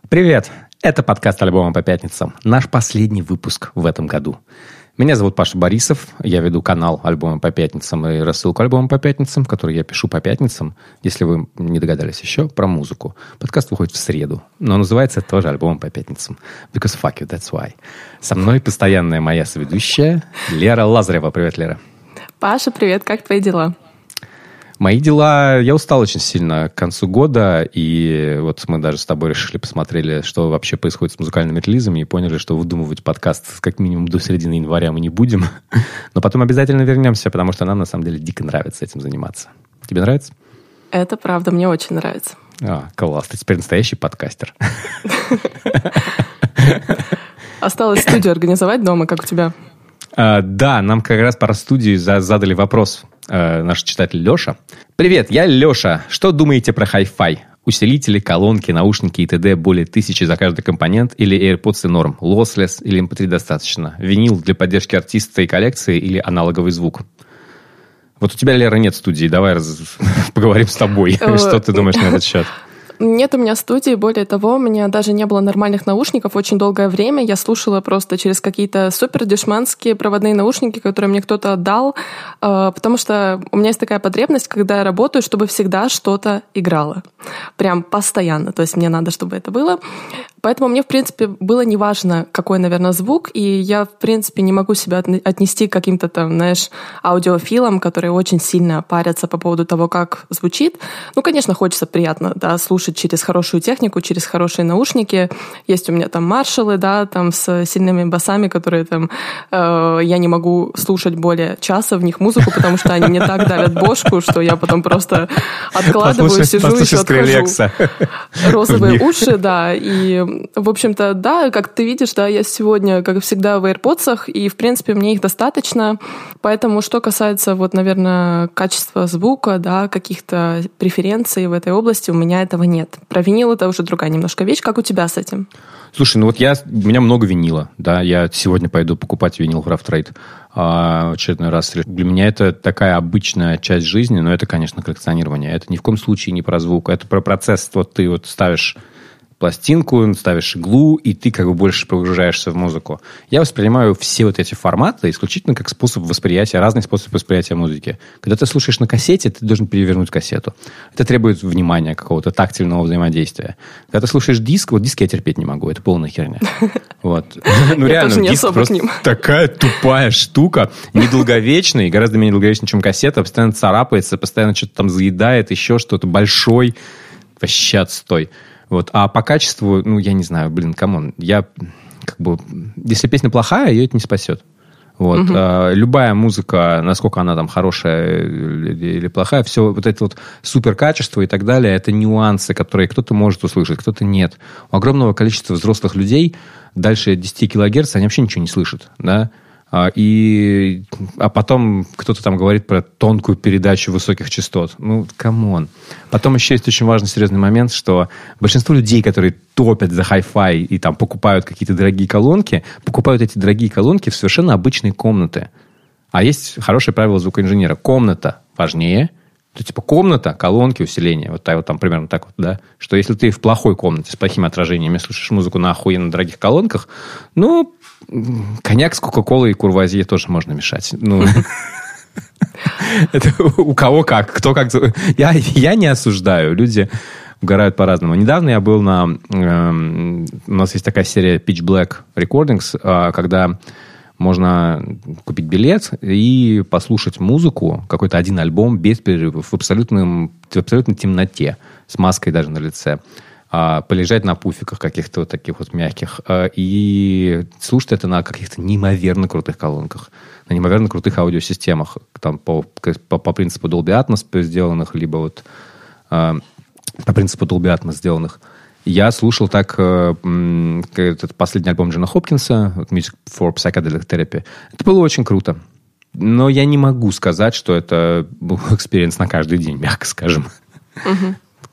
Привет! Это подкаст «Альбомы по пятницам». Наш последний выпуск в этом году. Меня зовут Паша Борисов. Я веду канал «Альбомы по пятницам» и рассылку «Альбомы по пятницам», который я пишу по пятницам. Если вы не догадались еще, про музыку. Подкаст выходит в среду, но называется тоже «Альбомы по пятницам». Because fuck you, that's why. Со мной постоянная моя соведущая Лера Лазарева. Привет, Лера. Паша, привет. Как твои дела? Мои дела... Я устал очень сильно к концу года, и вот мы даже с тобой решили, посмотрели, что вообще происходит с музыкальными релизами, и поняли, что выдумывать подкаст как минимум до середины января мы не будем. Но потом обязательно вернемся, потому что нам, на самом деле, дико нравится этим заниматься. Тебе нравится? Это правда, мне очень нравится. Класс. Ты теперь настоящий подкастер. Осталось студию организовать дома, как у тебя? Да, нам как раз пара студий задали вопрос. Наш читатель Леша. Привет, я Леша. Что думаете про хай-фай? Усилители, колонки, наушники и т.д. более 1000 за каждый компонент или AirPods и норм? Lossless или MP3 достаточно? Винил для поддержки артиста и коллекции или аналоговый звук? Вот у тебя, Лера, нет студии. Давай поговорим с тобой. Что ты думаешь на этот счет? Нет у меня студии, более того, у меня даже не было нормальных наушников очень долгое время. Я слушала просто через какие-то супер дешманские проводные наушники, которые мне кто-то отдал, потому что у меня есть такая потребность, когда я работаю, чтобы всегда что-то играло. Прям постоянно. То есть мне надо, чтобы это было. Поэтому мне, в принципе, было неважно, какой, наверное, звук, и я, в принципе, не могу себя отнести к каким-то там, знаешь, аудиофилам, которые очень сильно парятся по поводу того, как звучит. Ну, конечно, хочется приятно, да, слушать через хорошую технику, через хорошие наушники. Есть у меня там маршаллы, да, там с сильными басами, которые там... я не могу слушать более часа в них музыку, потому что они мне так давят бошку, что я потом просто откладываю, сижу, еще отхожу. Розовые уши, да, и... В общем-то, да, как ты видишь, да, я сегодня, как всегда, в AirPods, и, в принципе, мне их достаточно. Поэтому, что касается, вот, наверное, качества звука, да, каких-то преференций в этой области, у меня этого нет. Про винил это уже другая немножко вещь. Как у тебя с этим? Слушай, ну вот у меня много винила, да, я сегодня пойду покупать винил в Rough Trade в очередной раз. Для меня это такая обычная часть жизни, но это, конечно, коллекционирование. Это ни в коем случае не про звук, это про процесс. Вот ты вот ставишь пластинку, ставишь иглу, и ты как бы больше погружаешься в музыку. Я воспринимаю все вот эти форматы исключительно как способ восприятия, разный способ восприятия музыки. Когда ты слушаешь на кассете, ты должен перевернуть кассету. Это требует внимания, какого-то тактильного взаимодействия. Когда ты слушаешь диск, вот диски я терпеть не могу, это полная херня. Вот. Ну реально, диск просто такая тупая штука, недолговечный, гораздо менее долговечный, чем кассета, постоянно царапается, постоянно что-то там заедает, еще что-то, большой, вообще отстой. Вот. А по качеству, ну, я не знаю, камон. Я как бы... Если песня плохая, ее это не спасет. Вот. Любая музыка, насколько она там хорошая или плохая, все вот это вот суперкачество и так далее, это нюансы, которые кто-то может услышать, кто-то нет. У огромного количества взрослых людей дальше 10 килогерц они вообще ничего не слышат, да? А потом кто-то там говорит про тонкую передачу высоких частот. Ну, камон. Потом еще есть очень важный, серьезный момент, что большинство людей, которые топят за хай-фай и там покупают какие-то дорогие колонки, покупают эти дорогие колонки в совершенно обычные комнаты. А есть хорошее правило звукоинженера. Комната важнее. То типа комната, колонки, усиление. Вот там примерно так вот, да. Что если ты в плохой комнате с плохими отражениями слушаешь музыку на охуенно дорогих колонках, ну... Коньяк с Кока-Колой и Курвазье тоже можно мешать. Ну, это у кого как, кто как. Я не осуждаю. Люди угорают по-разному. Недавно я был на... У нас есть такая серия Pitch Black Recordings, когда можно купить билет и послушать музыку, какой-то один альбом без перерывов, в абсолютной темноте, с маской даже на лице. Полежать на пуфиках каких-то вот таких вот мягких и слушать это на каких-то неимоверно крутых колонках, на неимоверно крутых аудиосистемах, там по принципу Dolby Atmos сделанных, либо вот по принципу Dolby Atmos сделанных. Я слушал так этот последний альбом Джона Хопкинса, Music for Psychedelic Therapy. Это было очень круто. Но я не могу сказать, что это был экспириенс на каждый день, мягко скажем.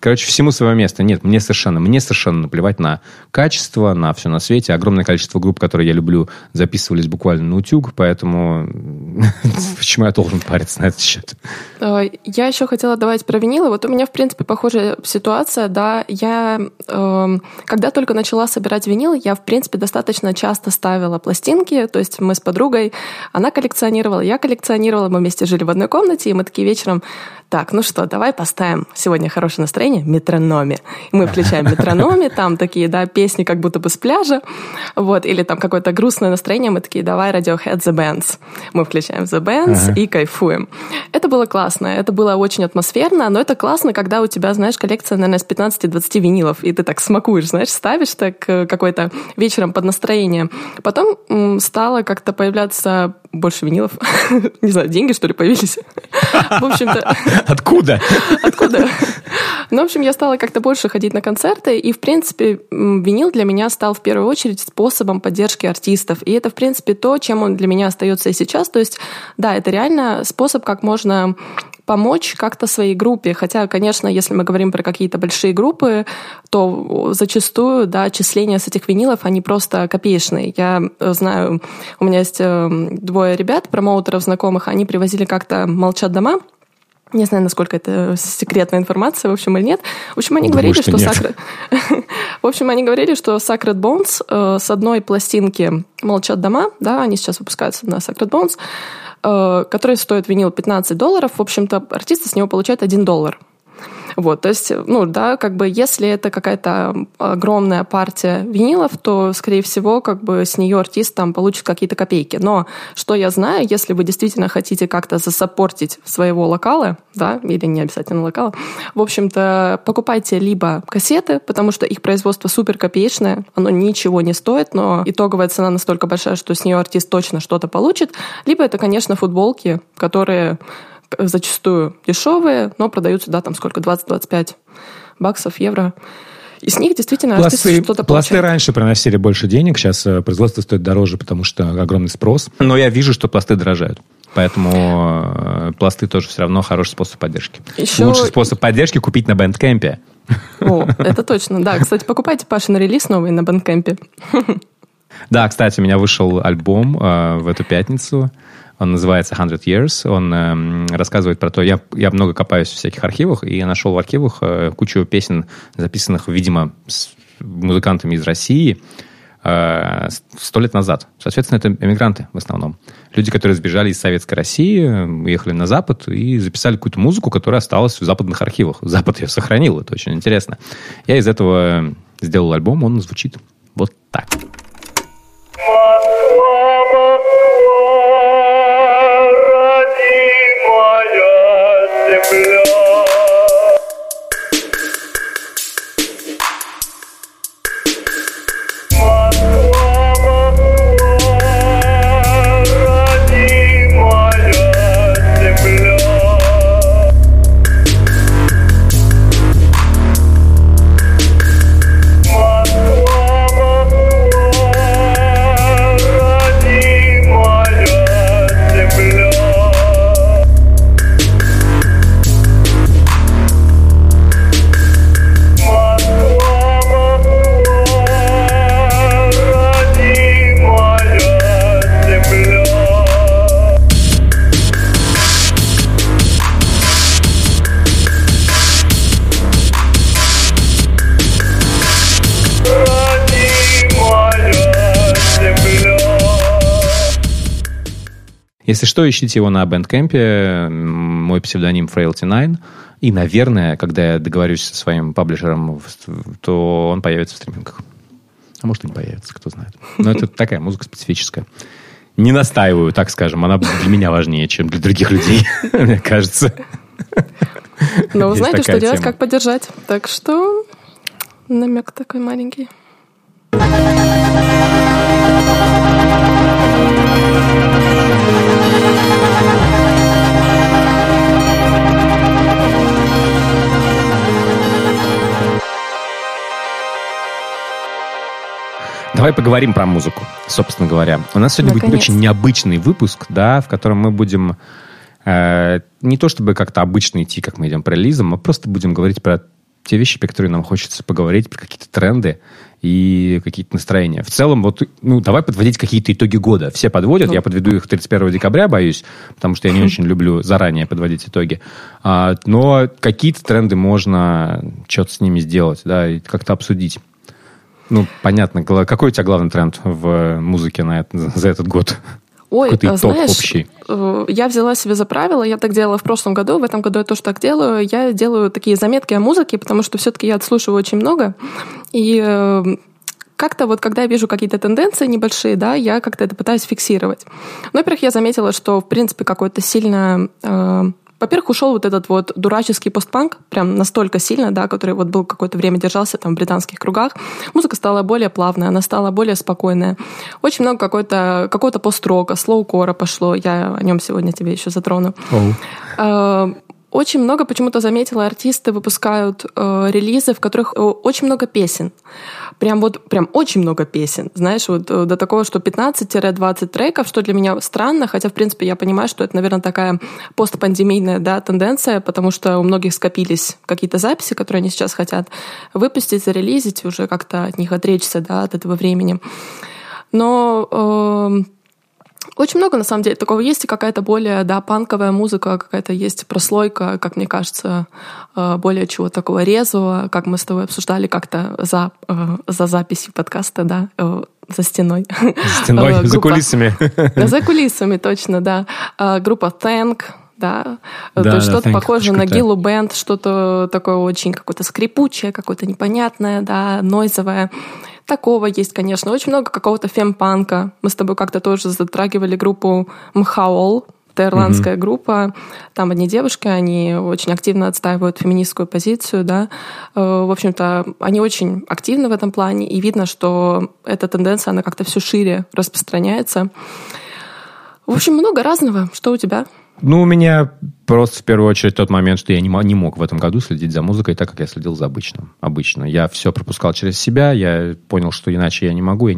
Короче, всему свое место. Нет, мне совершенно наплевать на качество, на все на свете. Огромное количество групп, которые я люблю, записывались буквально на утюг, поэтому почему я должен париться на этот счет? Я еще хотела добавить про винилы. Вот у меня, в принципе, похожая ситуация, да. Я, когда только начала собирать винил, я, в принципе, достаточно часто ставила пластинки, то есть мы с подругой, она коллекционировала, я коллекционировала, мы вместе жили в одной комнате, и мы такие вечером: так, ну что, давай поставим сегодня хорошее настроение «Метрономе». И мы включаем «Метрономе», там такие, да, песни как будто бы с пляжа, вот, или там какое-то грустное настроение, мы такие: давай Radiohead The Bands. Мы включаем The Bands и кайфуем. Это было классно, это было очень атмосферно, но это классно, когда у тебя, знаешь, коллекция, наверное, с 15-20 винилов, и ты так смакуешь, знаешь, ставишь так какой-то вечером под настроение. Потом стало как-то появляться больше винилов. Не знаю, деньги, что ли, появились? В общем-то... Откуда? Откуда? Ну, в общем, я стала как-то больше ходить на концерты, и, в принципе, винил для меня стал в первую очередь способом поддержки артистов. И это, в принципе, то, чем он для меня остается и сейчас. То есть, да, это реально способ, как можно помочь как-то своей группе. Хотя, конечно, если мы говорим про какие-то большие группы, то зачастую, да, отчисления с этих винилов, они просто копеечные. Я знаю, у меня есть двое ребят, промоутеров знакомых, они привозили как-то «Молчат дома». Не знаю, насколько это секретная информация, в общем, или нет. В общем, они говорили, что они говорили, что Sacred Bones с одной пластинки «Молчат дома», да, они сейчас выпускаются на Sacred Bones, который стоит винил $15, в общем-то, артисты с него получают $1. Вот, то есть, ну да, как бы если это какая-то огромная партия винилов, то, скорее всего, как бы с нее артист там получит какие-то копейки. Но что я знаю, если вы действительно хотите как-то засаппортить своего локала, да, или не обязательно локала, в общем-то, покупайте либо кассеты, потому что их производство супер копеечное, оно ничего не стоит, но итоговая цена настолько большая, что с нее артист точно что-то получит, либо это, конечно, футболки, которые зачастую дешевые, но продаются, да, там сколько, 20-25 баксов, евро. И с них действительно артисты что-то получают. Пласты раньше приносили больше денег, сейчас производство стоит дороже, потому что огромный спрос. Но я вижу, что пласты дорожают. Поэтому пласты тоже все равно хороший способ поддержки. Лучший способ поддержки купить на Bandcamp'е. О, это точно. Да, кстати, покупайте Пашин релиз новый на Bandcamp'е. Да, кстати, у меня вышел альбом в эту пятницу. Он называется 100 Years. Он рассказывает про то... Я много копаюсь в всяких архивах, и я нашел в архивах кучу песен, записанных, видимо, с музыкантами из России 100 лет назад. Соответственно, это эмигранты в основном. Люди, которые сбежали из Советской России, уехали на Запад и записали какую-то музыку, которая осталась в западных архивах. Запад ее сохранил, это очень интересно. Я из этого сделал альбом, он звучит вот так. Если что, ищите его на Bandcamp'е. Мой псевдоним Frailty9. И, наверное, когда я договорюсь со своим паблишером, то он появится в стримингах. А может, и не появится, кто знает. Но это такая музыка специфическая. Не настаиваю, так скажем. Она для меня важнее, чем для других людей, мне кажется. Но вы знаете, что делать, как поддержать. Так что намек такой маленький. Давай поговорим про музыку, собственно говоря. У нас сегодня будет очень необычный выпуск, да, в котором мы будем не то чтобы как-то обычно идти, как мы идем по релизам, а просто будем говорить про те вещи, про которые нам хочется поговорить, про какие-то тренды и какие-то настроения. В целом, вот, давай подводить какие-то итоги года. Все подводят, я подведу их 31 декабря, боюсь, потому что я не очень люблю заранее подводить итоги. Но какие-то тренды можно что-то с ними сделать, да, и как-то обсудить. Понятно. Какой у тебя главный тренд в музыке за этот год? Ой, какой-то знаешь, топ общий? Я взяла себе за правило, я так делала в прошлом году, в этом году я тоже так делаю. Я делаю такие заметки о музыке, потому что все-таки я отслушиваю очень много. И как-то вот, когда я вижу какие-то тенденции небольшие, да, я как-то это пытаюсь фиксировать. Во-первых, я заметила, что, в принципе, какой-то сильно... Во-первых, ушел вот этот вот дураческий постпанк, прям настолько сильно, да, который вот был какое-то время держался там в британских кругах. Музыка стала более плавная, она стала более спокойная. Очень много какого-то пост-рока, слоукора пошло. Я о нем сегодня тебе еще затрону. Очень много, почему-то заметила, артисты выпускают релизы, в которых очень много песен. Прям очень много песен. Знаешь, вот до такого, что 15-20 треков, что для меня странно, хотя, в принципе, я понимаю, что это, наверное, такая постпандемийная, да, тенденция, потому что у многих скопились какие-то записи, которые они сейчас хотят выпустить, зарелизить, уже как-то от них отречься, да, от этого времени. Но... Очень много, на самом деле, такого есть, и какая-то более, да, панковая музыка, какая-то есть прослойка, как мне кажется, более чего такого резвого, как мы с тобой обсуждали как-то за записью подкаста, да, за стеной. За стеной, за кулисами. За кулисами, точно, да. Группа Thank, да, то есть что-то похожее на Гиллу Бенд, что-то такое очень какое-то скрипучее, какое-то непонятное, да, нойзовое. Такого есть, конечно. Очень много какого-то фемпанка. Мы с тобой как-то тоже затрагивали группу Мхаол, это ирландская группа. Там одни девушки, они очень активно отстаивают феминистскую позицию, да. В общем-то, они очень активны в этом плане, и видно, что эта тенденция, она как-то все шире распространяется. В общем, много разного. Что у тебя? У меня просто в первую очередь тот момент, что я не мог в этом году следить за музыкой так, как я следил за обычно. Я все пропускал через себя, я понял, что иначе я не могу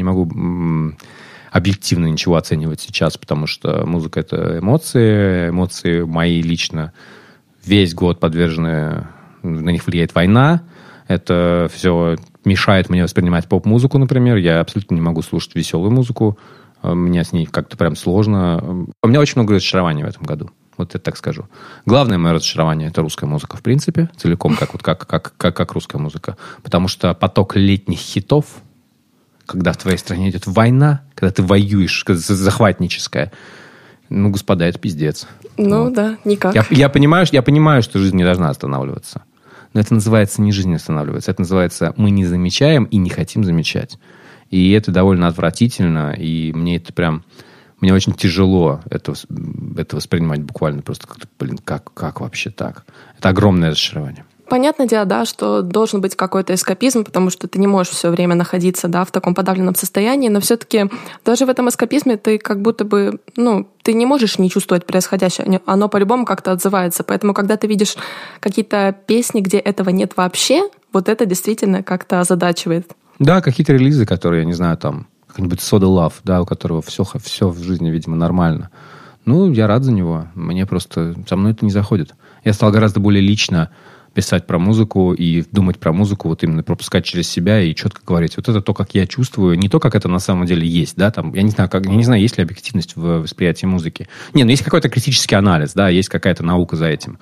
объективно ничего оценивать сейчас, потому что музыка — это эмоции мои лично весь год подвержены, на них влияет война, это все мешает мне воспринимать поп-музыку, например, я абсолютно не могу слушать веселую музыку, мне с ней как-то прям сложно. У меня очень много разочарований в этом году. Вот я так скажу. Главное мое разочарование — это русская музыка, в принципе, целиком, как русская музыка. Потому что поток летних хитов, когда в твоей стране идет война, когда ты воюешь, захватническая, господа, это пиздец. Да, никак. Я понимаю, что жизнь не должна останавливаться. Но это называется не жизнь останавливается. Это называется мы не замечаем и не хотим замечать. И это довольно отвратительно, и мне очень тяжело это воспринимать буквально просто как, как вообще так? Это огромное разочарование. Понятное дело, да, что должен быть какой-то эскапизм, потому что ты не можешь все время находиться, да, в таком подавленном состоянии, но все-таки даже в этом эскапизме ты как будто бы, ты не можешь не чувствовать происходящее, оно по-любому как-то отзывается, поэтому когда ты видишь какие-то песни, где этого нет вообще, вот это действительно как-то озадачивает. Да, какие-то релизы, которые, я не знаю, там, какой-нибудь Soda Love, да, у которого все в жизни, видимо, нормально. Я рад за него. Со мной это не заходит. Я стал гораздо более лично писать про музыку и думать про музыку, вот именно пропускать через себя и четко говорить. Вот это то, как я чувствую, не то, как это на самом деле есть, да, там, я не знаю, есть ли объективность в восприятии музыки. Есть какой-то критический анализ, да, есть какая-то наука за этим.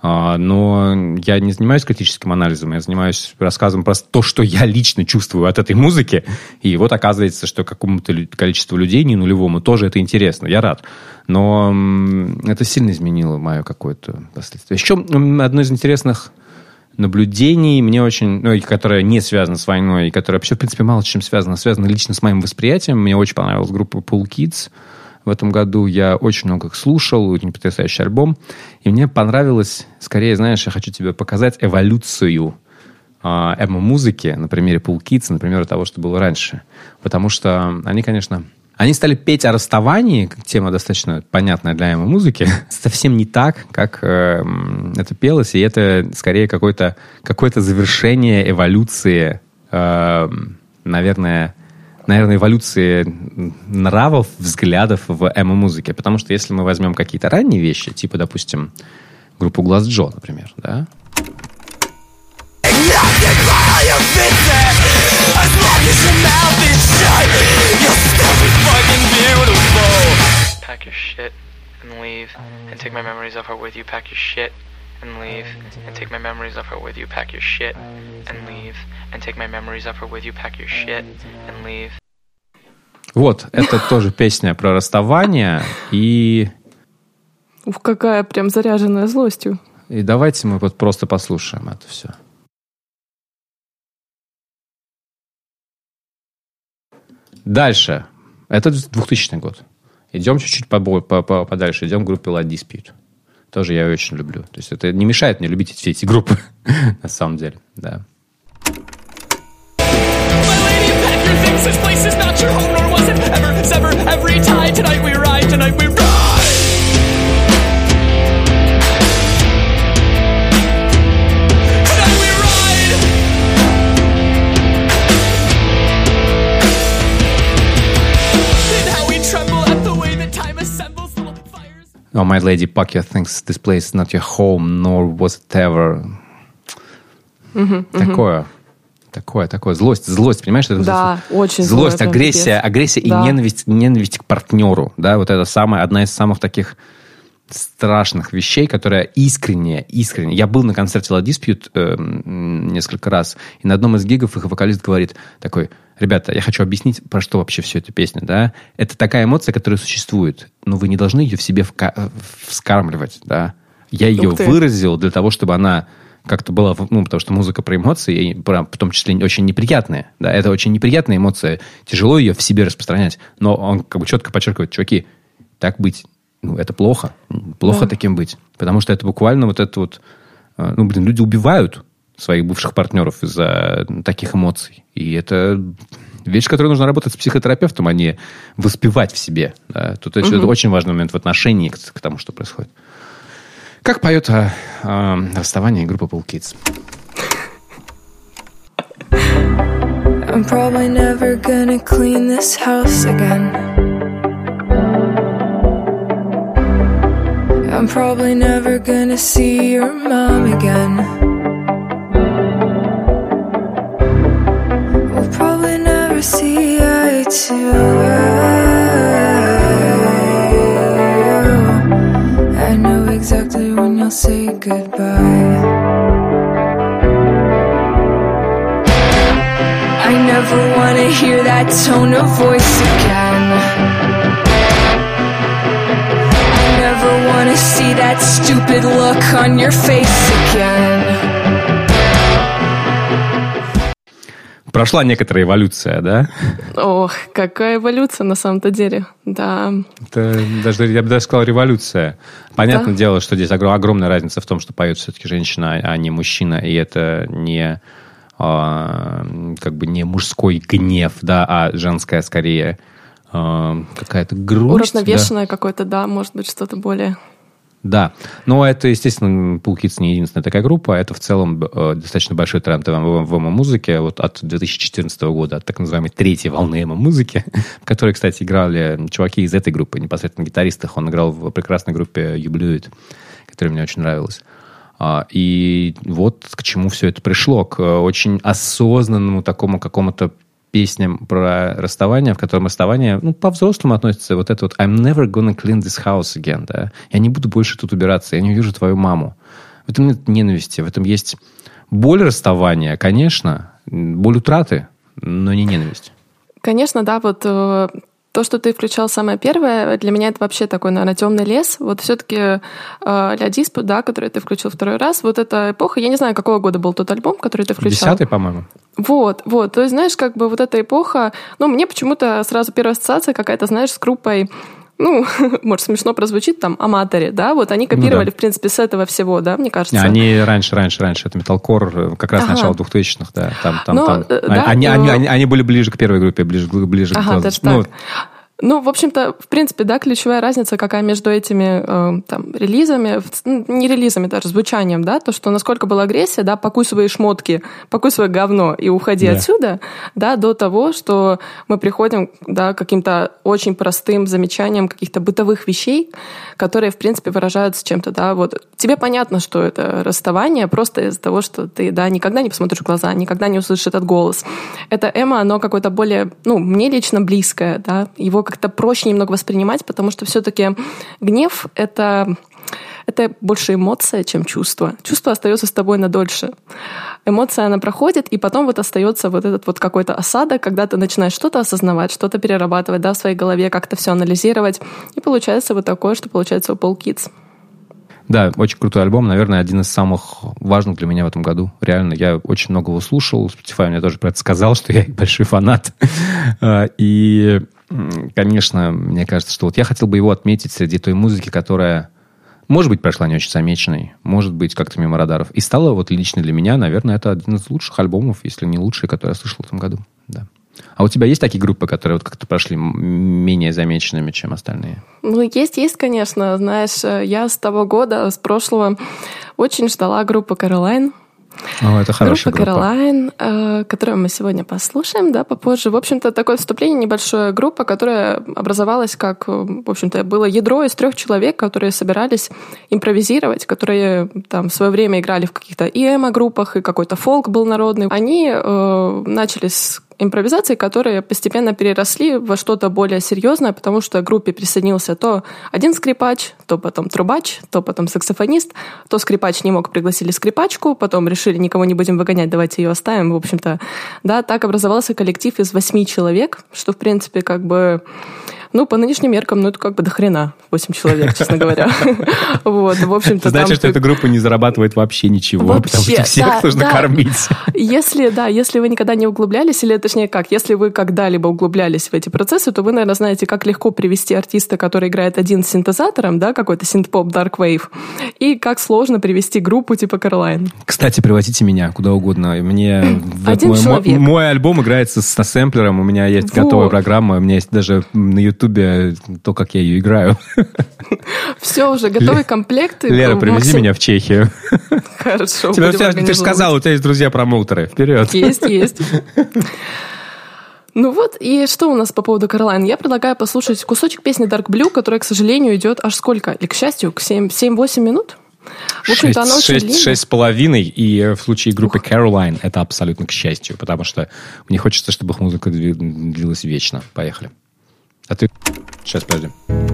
Но я не занимаюсь критическим анализом, я занимаюсь рассказом про то, что я лично чувствую от этой музыки. И вот оказывается, что какому-то количеству людей, не нулевому, тоже это интересно. Я рад. Но это сильно изменило мое какое-то последствие. Еще одно из интересных наблюдений, мне очень, которое не связано с войной, и которое вообще, в принципе, мало с чем связано лично с моим восприятием. Мне очень понравилась группа Pool Kids. В этом году я очень много их слушал, очень потрясающий альбом. И мне понравилось, скорее, знаешь, я хочу тебе показать эволюцию эмо-музыки на примере Pool Kids, на примере того, что было раньше. Потому что они стали петь о расставании, тема достаточно понятная для эмо-музыки, совсем не так, как это пелось. И это скорее какое-то завершение эволюции, наверное, эволюции нравов, взглядов в эмо-музыке. Потому что если мы возьмем какие-то ранние вещи, типа, допустим, группу Glass Joe, например, да? and take my memories of her with you, pack your shit and leave, and take my memories of her with you, pack your shit and leave, and take my memories of her with you, pack your shit and leave. Вот, это тоже песня про расставание, и... Ух, какая прям заряженная злостью. И давайте мы вот просто послушаем это все. Дальше. Это 2000 год. Идем чуть-чуть подальше. Идем к группе La Dispute. Тоже я ее очень люблю. То есть это не мешает мне любить все эти группы. На самом деле, да. Oh, my lady, pack your things. This place is not your home, nor was it ever. Такое. Злость, понимаешь? Да, очень злость, агрессия и да. ненависть к партнеру. Да, вот это одна из самых таких страшных вещей, которая искренняя. Я был на концерте La Dispute несколько раз, и на одном из гигов их вокалист говорит такой: ребята, я хочу объяснить, про что вообще все эта песня, да? Это такая эмоция, которая существует, но вы не должны ее в себе вскармливать, да? Я ее выразил для того, чтобы она как-то была, потому что музыка про эмоции, и в том числе очень неприятные, да? Это очень неприятная эмоция, тяжело ее в себе распространять, но он как бы четко подчеркивает: чуваки, так быть, это плохо таким быть, потому что это буквально вот это вот, люди убивают своих бывших партнеров из-за таких эмоций. И это вещь, которой нужно работать с психотерапевтом, а не воспевать в себе. Да. Тут это очень важный момент в отношении к тому, что происходит. Как поет о расставании группа Pool Kids? I'm probably never gonna clean this house again. I'm probably never gonna see your mom again. We'll probably never see eye to eye. I know exactly when you'll say goodbye. I never wanna hear that tone of voice again. Never wanna see that stupid look on your face again. Прошла некоторая эволюция, да? Ох, какая эволюция на самом-то деле, да. Это я бы даже сказал, революция. Понятное дело, что здесь огромная разница в том, что поет все-таки женщина, а не мужчина, и это не не мужской гнев, да, а женская скорее какая-то грусть. Уравновешенное какое-то, да, может быть, что-то более... Да, но это, естественно, Pool Kids не единственная такая группа, это в целом достаточно большой тренд в эмо-музыке вот от 2014 года, от так называемой третьей волны эмо-музыки, в которой, кстати, играли чуваки из этой группы, непосредственно гитаристах. Он играл в прекрасной группе You Blew It, которая мне очень нравилась. И вот к чему все это пришло, к очень осознанному такому какому-то песням про расставание, в котором расставание, по-взрослому относится. Вот это вот I'm never gonna clean this house again, да. Я не буду больше тут убираться, я не увижу твою маму. В этом нет ненависти, в этом есть боль расставания, конечно, боль утраты, но не ненависть. Конечно, да, вот то, что ты включал самое первое, для меня это вообще такой, наверное, темный лес. Вот все-таки La Dispute, да, который ты включил второй раз, вот эта эпоха, я не знаю, какого года был тот альбом, который ты включал. 10-й, по-моему. Вот. То есть, знаешь, как бы вот эта эпоха, мне почему-то сразу первая ассоциация какая-то, знаешь, с группой, может, смешно прозвучит, там, Аматори, да, вот они копировали, в принципе, с этого всего, да, мне кажется. Они раньше, это металкор, как раз начало 2000-х, да, там. Они были ближе к первой группе, ближе к... даже так. В общем-то, в принципе, да, ключевая разница какая между этими релизами, не релизами даже, звучанием, да, то, что насколько была агрессия, да, пакуй свои шмотки, пакуй свое говно и уходи отсюда, да, до того, что мы приходим, да, к каким-то очень простым замечаниям каких-то бытовых вещей, которые, в принципе, выражаются чем-то, да, вот. Тебе понятно, что это расставание просто из-за того, что ты, да, никогда не посмотришь в глаза, никогда не услышишь этот голос. Это эмо, оно какое-то более, мне лично близкое, да, его как-то проще немного воспринимать, потому что все-таки гнев — это больше эмоция, чем чувство. Чувство остается с тобой надольше. Эмоция, она проходит, и потом вот остается вот этот вот какой-то осадок, когда ты начинаешь что-то осознавать, что-то перерабатывать, да, в своей голове, как-то все анализировать. И получается вот такое, что получается у Paul Kids. Да, очень крутой альбом, наверное, один из самых важных для меня в этом году. Реально, я очень много его слушал. Spotify мне тоже про это сказал, что я большой фанат. И, конечно, мне кажется, что вот я хотел бы его отметить среди той музыки, которая, может быть, прошла не очень замеченной, может быть, как-то мимо радаров. И стала вот лично для меня, наверное, это один из лучших альбомов, если не лучший, который я слышал в этом году. Да. А у тебя есть такие группы, которые вот как-то прошли менее замеченными, чем остальные? Ну, есть, конечно. Знаешь, я с того года, с прошлого, очень ждала группу Caroline. О, это хорошая группа. Caroline, которую мы сегодня послушаем, да, попозже. В общем-то, такое вступление, небольшая группа, которая образовалась как, в общем-то, было ядро из 3 человек, которые собирались импровизировать, которые там в свое время играли в каких-то и эмо-группах, и какой-то фолк был народный. Они начали с импровизации, которые постепенно переросли во что-то более серьезное, потому что к группе присоединился то один скрипач, то потом трубач, то потом саксофонист, то скрипач не мог, пригласили скрипачку, потом решили, никого не будем выгонять, давайте ее оставим. В общем-то, да, так образовался коллектив из 8 человек, что, в принципе, как бы... Ну, по нынешним меркам, ну, это как бы до хрена 8 человек, честно говоря. Вот, в общем-то... Значит, что эта группа не зарабатывает вообще ничего, потому что всех нужно кормить. Если вы никогда не углублялись, или, точнее, как, если вы когда-либо углублялись в эти процессы, то вы, наверное, знаете, как легко привести артиста, который играет один с синтезатором, да, какой-то синт-поп, dark wave, и как сложно привести группу типа Caroline. Кстати, привозите меня куда угодно. Мне мой альбом играется со сэмплером, у меня есть готовая программа, у меня есть даже на Ютубе то, как я ее играю. Все, уже готовый комплект. Лера, привези меня в Чехию. Хорошо. Ты же сказала, у тебя есть друзья-промоутеры. Вперед. Есть. Ну вот, и что у нас по поводу Caroline? Я предлагаю послушать кусочек песни Dark Blue, которая, к сожалению, идет аж сколько? Или, к счастью, к 7-8 минут? В общем-то, она очень длинная. 6,5, и в случае группы Caroline это абсолютно к счастью, потому что мне хочется, чтобы их музыка длилась вечно. Поехали. А ты... Сейчас, подожди.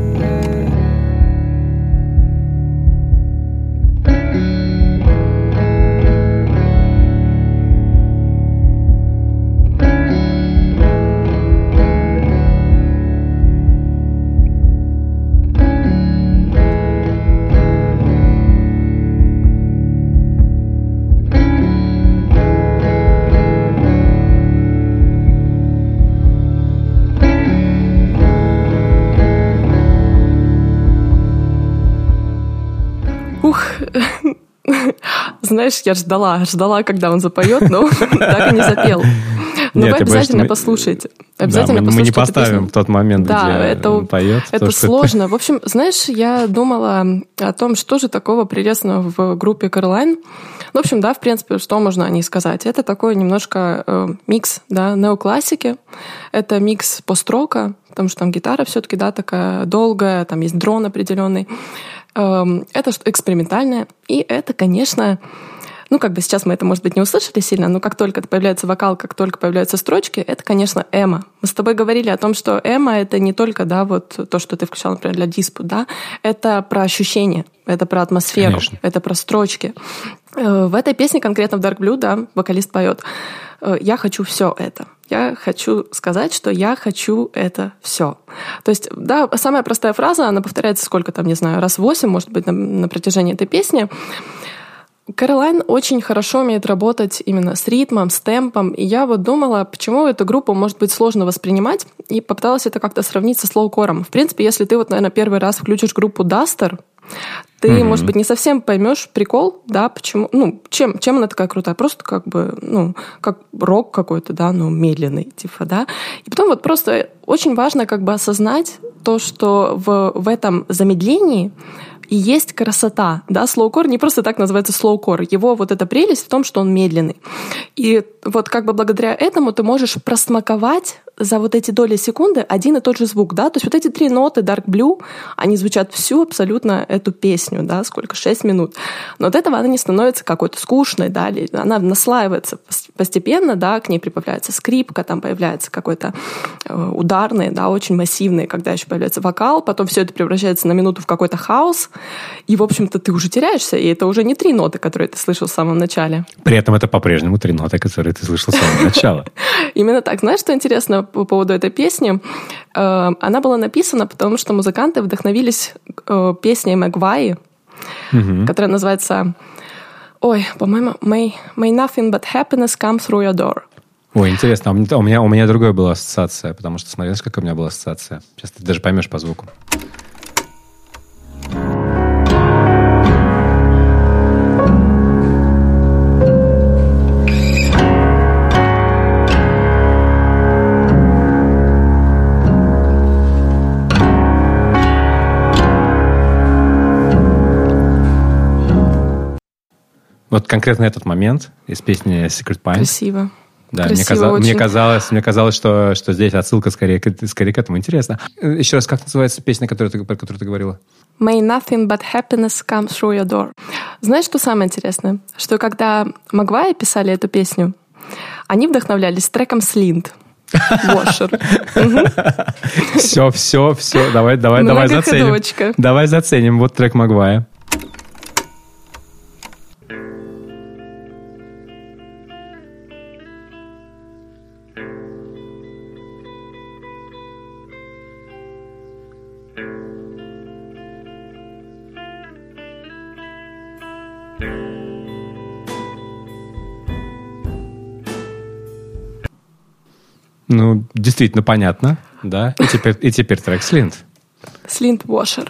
Знаешь, я ждала, когда он запоет, но так и не запел. Но вы обязательно послушайте. Обязательно послушайте. Мы не поставим в тот момент, где он поет. Это сложно. В общем, знаешь, я думала о том, что же такого прелестного в группе Caroline. В общем, да, в принципе, что можно о ней сказать? Это такой немножко микс, да, неоклассики. Это микс пост-рока, потому что там гитара все-таки, да, такая долгая, там есть дрон определенный. Это что экспериментальное. И это, конечно... Ну, как бы сейчас мы это, может быть, не услышали сильно, но как только появляется вокал, как только появляются строчки, это, конечно, эмо. Мы с тобой говорили о том, что эмо — это не только, да, вот то, что ты включал, например, для диспут, да, это про ощущения, это про атмосферу, конечно. Это про строчки. В этой песне, конкретно в Dark Blue, да, вокалист поет: «Я хочу все это». Я хочу сказать, что я хочу это все. То есть, да, самая простая фраза, она повторяется сколько там, не знаю, раз 8, может быть, на протяжении этой песни. Caroline очень хорошо умеет работать именно с ритмом, с темпом. И я вот думала, почему эту группу может быть сложно воспринимать, и попыталась это как-то сравнить со слоукором. В принципе, если ты вот, наверное, первый раз включишь группу Duster, ты, может быть, не совсем поймешь прикол, да, почему, ну, чем она такая крутая, просто как бы, ну, как рок какой-то, да, ну, медленный, типа, да. И потом вот просто очень важно как бы осознать то, что в этом замедлении и есть красота, да, слоукор не просто так называется слоукор, его вот эта прелесть в том, что он медленный. И вот как бы благодаря этому ты можешь просмаковать за вот эти доли секунды один и тот же звук, да, то есть вот эти 3 ноты Dark Blue, они звучат всю абсолютно эту песню, да, сколько, 6 минут. Но от этого она не становится какой-то скучной, да, она наслаивается постепенно, да, к ней прибавляется скрипка, там появляется какой-то ударный, да, очень массивный, когда еще появляется вокал, потом все это превращается на минуту в какой-то хаос, и, в общем-то, ты уже теряешься, и это уже не 3 ноты, которые ты слышал в самом начале. При этом это по-прежнему 3 ноты, которые ты слышал с самого начала. Именно так. Знаешь, что интересно по поводу этой песни? Она была написана, потому что музыканты вдохновились песней Магваи, которая называется, по-моему, May nothing but happiness come through your door. Ой, интересно, у меня другая была ассоциация, потому что, смотри, какая у меня была ассоциация. Сейчас ты даже поймешь по звуку. Вот конкретно этот момент из песни Secret Pines. Красиво. Да, красиво мне казалось, что здесь отсылка скорее к этому. Интересно. Еще раз, как называется песня, про которую ты говорила? May nothing but happiness come through your door. Знаешь, что самое интересное? Что когда Магваи писали эту песню, они вдохновлялись треком Slint. Washer. Все. Давай заценим. Давай заценим. Вот трек Магвая. Ну, действительно понятно, да. И теперь трек Slint. Slint Washer.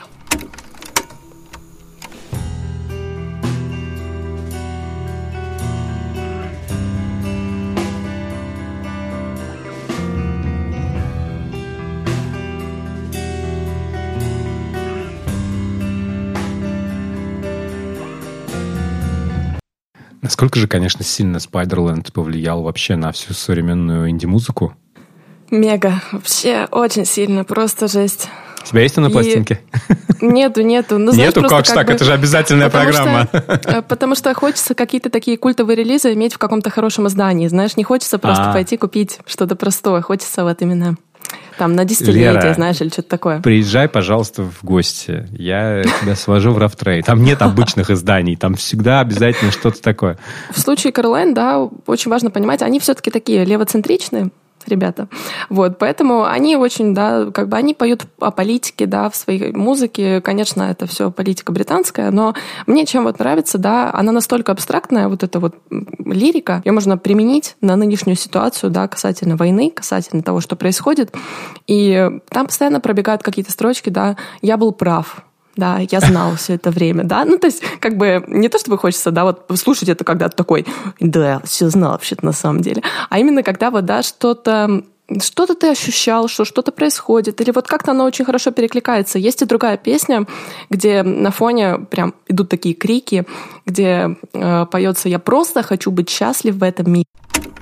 Насколько же, конечно, сильно Spiderland повлиял вообще на всю современную инди-музыку? Мега. Вообще очень сильно. Просто жесть. У тебя есть она на пластинке? Нету. Ну, знаешь, нету? Как же так? Это же обязательная программа. Потому что хочется какие-то такие культовые релизы иметь в каком-то хорошем издании. Знаешь, не хочется просто пойти купить что-то простое. Хочется вот именно там на десятилетие, знаешь, или что-то такое. Приезжай, пожалуйста, в гости. Я тебя свожу в Rough Trade. Там нет обычных изданий. Там всегда обязательно что-то такое. В случае Caroline, да, очень важно понимать, они все-таки такие левоцентричные ребята. Вот, поэтому они очень, да, как бы они поют о политике, да, в своей музыке. Конечно, это все политика британская, но мне чем вот нравится, да, она настолько абстрактная, вот эта вот лирика, ее можно применить на нынешнюю ситуацию, да, касательно войны, касательно того, что происходит. И там постоянно пробегают какие-то строчки, да, «я был прав». Да, я знал все это время, да. Ну, то есть, как бы, не то чтобы хочется, да, вот слушать это, когда ты такой, да, все знал вообще-то на самом деле. А именно, когда вот, да, что-то ты ощущал, что что-то происходит, или вот как-то оно очень хорошо перекликается. Есть и другая песня, где на фоне прям идут такие крики, где поется «Я просто хочу быть счастлив в этом мире».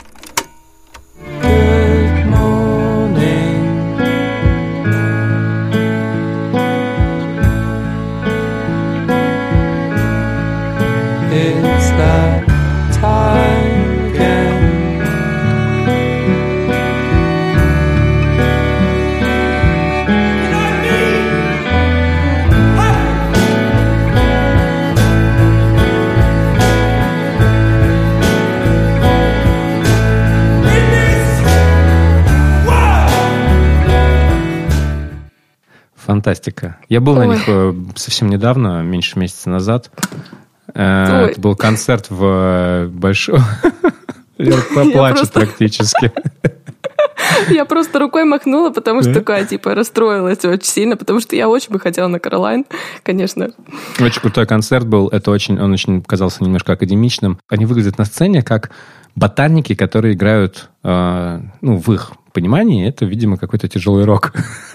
Фантастика. Я был на них совсем недавно, меньше месяца назад. Это был концерт в Большом... Лера поплачет практически. Я просто рукой махнула, потому что такая, типа, расстроилась очень сильно, потому что я очень бы хотела на Caroline, конечно. Очень крутой концерт был. Он очень казался немножко академичным. Они выглядят на сцене как ботаники, которые играют, в их понимании, это, видимо, какой-то тяжелый рок.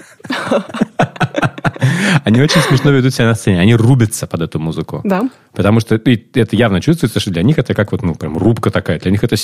Они очень смешно ведут себя на сцене. Они рубятся под эту музыку. Да. Потому что это явно чувствуется, что для них это как вот, прям рубка такая. Для них это,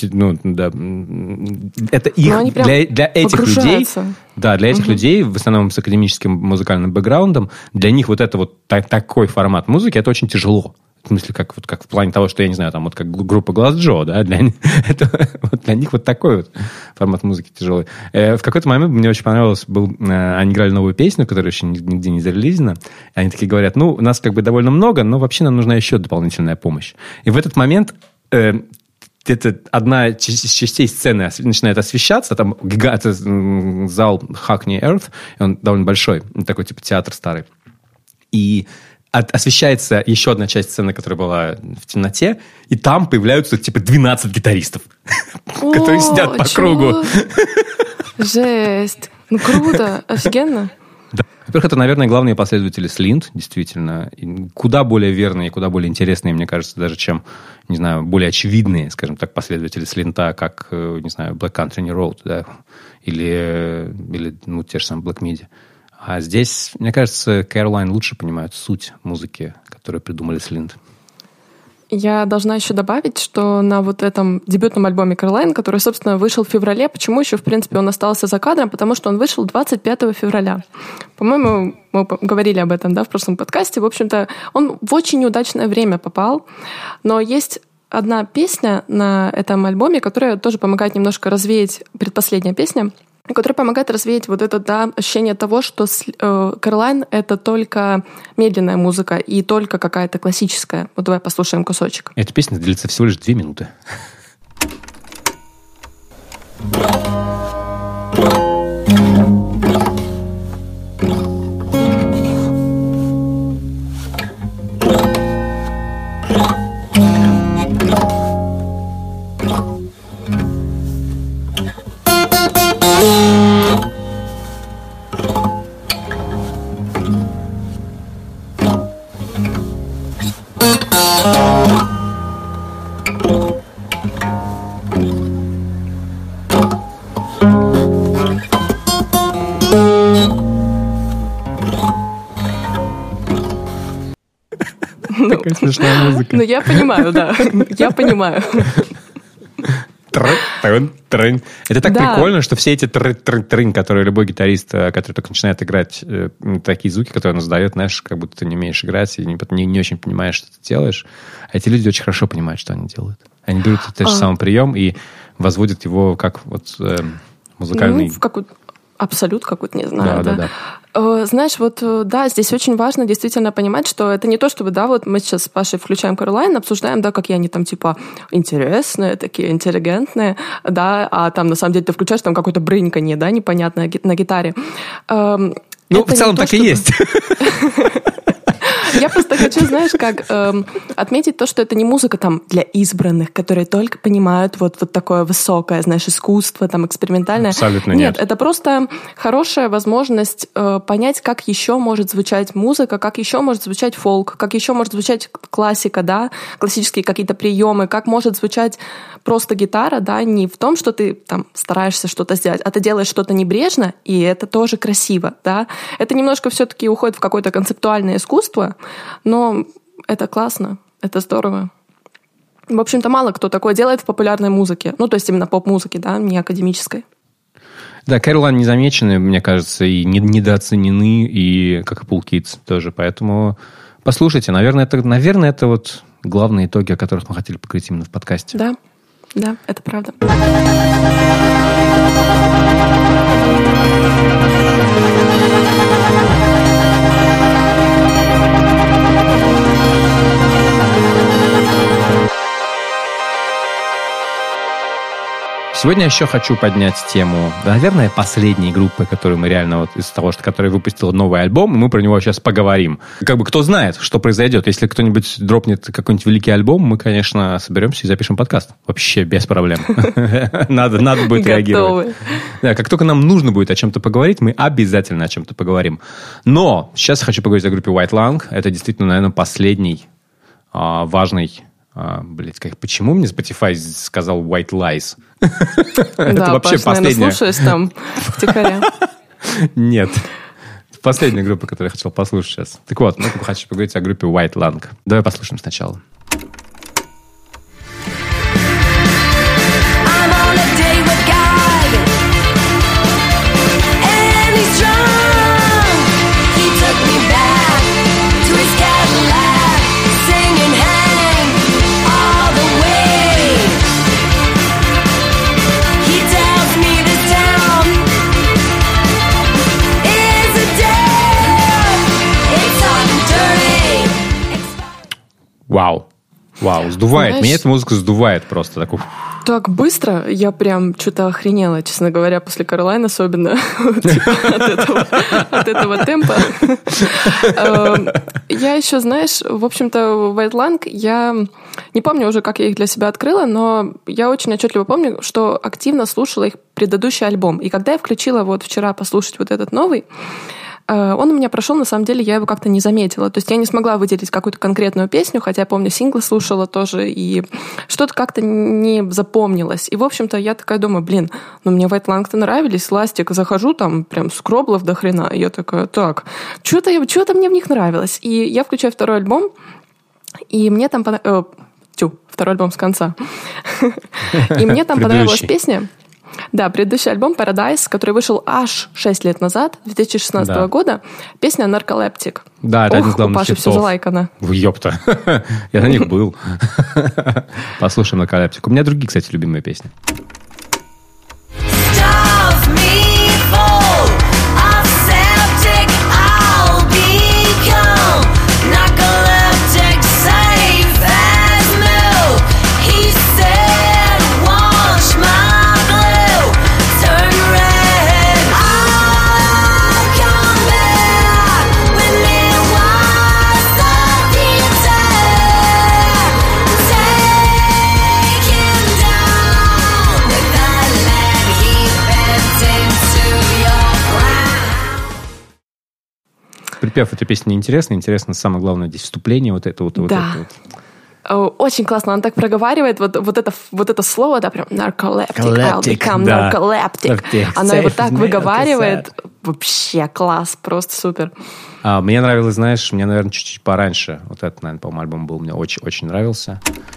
это их, для этих людей... Да, для этих людей, в основном с академическим музыкальным бэкграундом, для них вот это вот такой формат музыки, это очень тяжело. В смысле, как в плане того, что, я не знаю, там вот как группа Glass Joe, да, для них вот такой вот формат музыки тяжелый. В какой-то момент мне очень понравилось, они играли новую песню, которая еще нигде не зарелизена, и они такие говорят, ну, нас как бы довольно много, но вообще нам нужна еще дополнительная помощь. И в этот момент это одна из частей сцены начинает освещаться, там зал Hackney Earth, он довольно большой, такой типа театр старый. И освещается еще одна часть сцены, которая была в темноте, и там появляются типа 12 гитаристов, которые сидят по кругу. Жесть. Ну, круто. Офигенно. Да. Во-первых, это, наверное, главные последователи Слинт, действительно. И куда более верные, куда более интересные, мне кажется, даже чем, не знаю, более очевидные, скажем так, последователи Слинта, как, не знаю, Black Country New Road, да, или ну, те же самые Black Midi. А здесь, мне кажется, Caroline лучше понимают суть музыки, которую придумали Слинт. Я должна еще добавить, что на вот этом дебютном альбоме Caroline, который, собственно, вышел в феврале, почему еще, в принципе, он остался за кадром? Потому что он вышел 25 февраля. По-моему, мы говорили об этом, да, в прошлом подкасте. В общем-то, он в очень неудачное время попал. Но есть одна песня на этом альбоме, которая тоже помогает немножко развеять, предпоследняя песня, который помогает развеять вот это, да, ощущение того, что Caroline — это только медленная музыка и только какая-то классическая. Вот давай послушаем кусочек. Эта песня длится всего лишь 2 минуты. Такая смешная музыка. Ну, я понимаю, да. Я понимаю. Это так прикольно, что все эти трын, которые любой гитарист, который только начинает играть такие звуки, которые он издает, знаешь, как будто ты не умеешь играть и не очень понимаешь, что ты делаешь. А эти люди очень хорошо понимают, что они делают. Они берут тот же самый прием и возводят его как вот музыкальный... Ну, в какую-то абсолют какой-то, не знаю. Да. Знаешь, вот, да, здесь очень важно действительно понимать, что это не то, чтобы, да, вот мы сейчас с Пашей включаем Caroline, обсуждаем, да, какие они там, типа, интересные, такие интеллигентные, да, а там, на самом деле, ты включаешь там какое-то брыньканье, да, непонятное на гитаре. Ну, в целом так и есть. Я просто хочу, знаешь, как отметить то, что это не музыка там для избранных, которые только понимают вот такое высокое, знаешь, искусство, там, экспериментальное. Абсолютно нет. Нет, это просто хорошая возможность понять, как еще может звучать музыка, как еще может звучать фолк, как еще может звучать классика, да, классические какие-то приемы, как может звучать просто гитара, да, не в том, что ты там стараешься что-то сделать, а ты делаешь что-то небрежно, и это тоже красиво, да. Это немножко все-таки уходит в какое-то концептуальное искусство, но это классно, это здорово. В общем-то, мало кто такое делает в популярной музыке. Ну, то есть именно поп-музыке, да, не академической. Да, Caroline не замечены, мне кажется, и недооценены, и как и Pool Kids тоже. Поэтому послушайте. Наверное, это вот главные итоги, о которых мы хотели поговорить именно в подкасте. Да, это правда. Сегодня еще хочу поднять тему, наверное, последней группы, которую мы реально вот из того, что которая выпустила новый альбом, и мы про него сейчас поговорим. Как бы кто знает, что произойдет. Если кто-нибудь дропнет какой-нибудь великий альбом, мы, конечно, соберемся и запишем подкаст. Вообще без проблем. Надо будет реагировать. Да, как только нам нужно будет о чем-то поговорить, мы обязательно о чем-то поговорим. Но сейчас я хочу поговорить о группе White Lung. Это действительно, наверное, последний важный... почему мне Spotify сказал White Lies? Это вообще последняя. Слушаешь там втихаря. Нет. Последняя группа, которую я хотел послушать сейчас. Так вот, мы хочу поговорить о группе White Lung. Давай послушаем сначала. He took me back to his Cadillac, singing Вау, сдувает. Знаешь, Меня эта музыка сдувает просто. Такой... Так быстро я прям что-то охренела, честно говоря, после Caroline особенно. От этого темпа. Я еще, знаешь, в общем-то, White Lung, я не помню уже, как я их для себя открыла, но я очень отчетливо помню, что активно слушала их предыдущий альбом. И когда я включила вот вчера послушать вот этот новый, он у меня прошел, на самом деле, я его как-то не заметила. То есть я не смогла выделить какую-то конкретную песню, хотя я помню, синглы слушала тоже, и что-то как-то не запомнилось. И, в общем-то, я такая думаю, мне White Lung-то нравились, Ластик, захожу там прям скроблов до хрена. И я такая, так, что-то мне в них нравилось. И я включаю второй альбом, и мне там второй альбом с конца. И мне там понравилась песня. Да, предыдущий альбом Paradise, который вышел аж 6 лет назад, 2016 года, песня Narcoleptic. Да, это один из главных Паша, хитов. все залайкано. Ёпта. Я на них был. Послушаем Narcoleptic. У меня другие, кстати, любимые песни. Припев этой песни неинтересный. Интересно, самое главное здесь вступление вот это вот. Да. Очень классно, он так проговаривает вот это слово, да, прям narcoleptic, I'll become narcoleptic. Она его так выговаривает. Вообще класс, просто супер. Мне нравилось, знаешь, мне, наверное, чуть-чуть пораньше. Вот этот, наверное, по-моему, альбом был, мне очень нравился.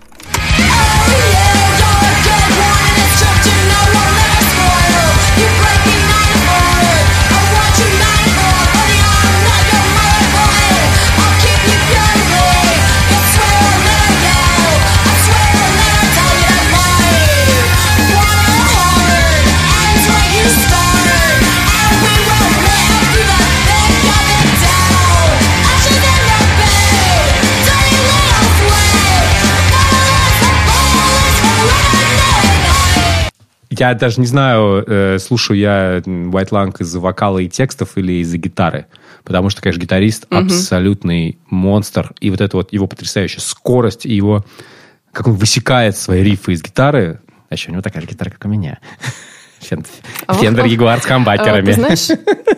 Я даже не знаю, слушаю я White Lung из-за вокала и текстов или из-за гитары. Потому что, конечно, гитарист абсолютный монстр. И вот эта вот его потрясающая скорость, и его, как он высекает свои рифы из гитары. А еще у него такая же гитара, как у меня. Фендер Ягуар с хамбакерами. Ты знаешь,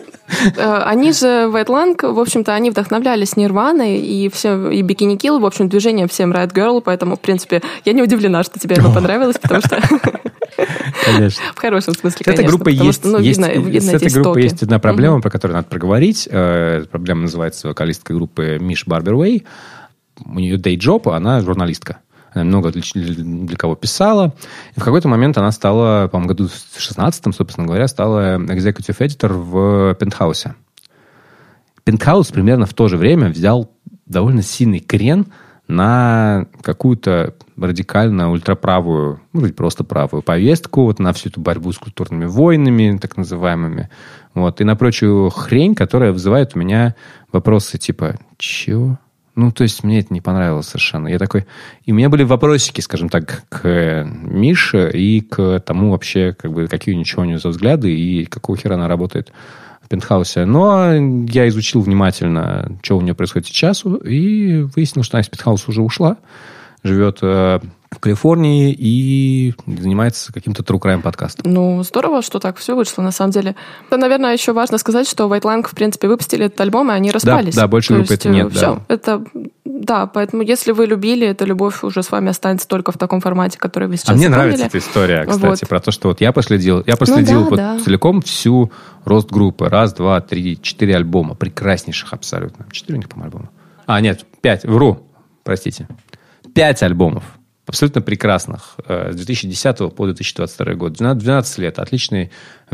они же, White Lung, в общем-то, они вдохновлялись Нирваной и Bikini Kill, в общем, движением всем Riot Girl, поэтому, в принципе, я не удивлена, что тебе оно понравилось, потому что... Конечно. В хорошем смысле, конечно. С этой группой есть одна проблема, про которую надо проговорить. Эта проблема называется вокалисткой группы Миш Барбервей. У нее day job, она журналистка. Она много для кого писала. И в какой-то момент она стала, по-моему, году в 16-м, собственно говоря, стала executive editor в Penthouse. Penthouse примерно в то же время взял довольно сильный крен на какую-то радикально ультраправую, может быть, просто правую повестку, вот на всю эту борьбу с культурными войнами, так называемыми, вот, и на прочую хрень, которая вызывает у меня вопросы типа «Чего?» Ну, то есть, мне это не понравилось совершенно. Я такой... И у меня были вопросики, скажем так, к Мише и к тому вообще, как бы, какие у нее за взгляды и какого хера она работает в Пентхаусе. Но я изучил внимательно, что у нее происходит сейчас, и выяснил, что она из Пентхауса уже ушла, живет в Калифорнии и занимается каким-то true crime подкастом. Ну, здорово, что так все вышло, на самом деле. Это, наверное, еще важно сказать, что White Lung, в принципе, выпустили этот альбом, и они распались. Да, больше группы это нет. Все, это... Да, поэтому если вы любили, эта любовь уже с вами останется только в таком формате, который вы сейчас мне нравится эта история, кстати, про то, что вот я последил целиком всю рост группы. 1, 2, 3, 4 альбома. Прекраснейших абсолютно. 4 у них, по-моему, альбома. Нет, 5. Вру. Простите. 5 альбомов. Абсолютно прекрасных. С 2010 по 2022 год. 12 лет. Отличное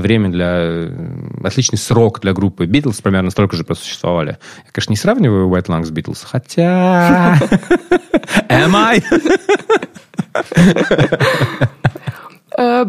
время отличный срок для группы. Битлз примерно столько же просуществовали. Я, конечно, не сравниваю White Lung с Битлз, хотя... Am I?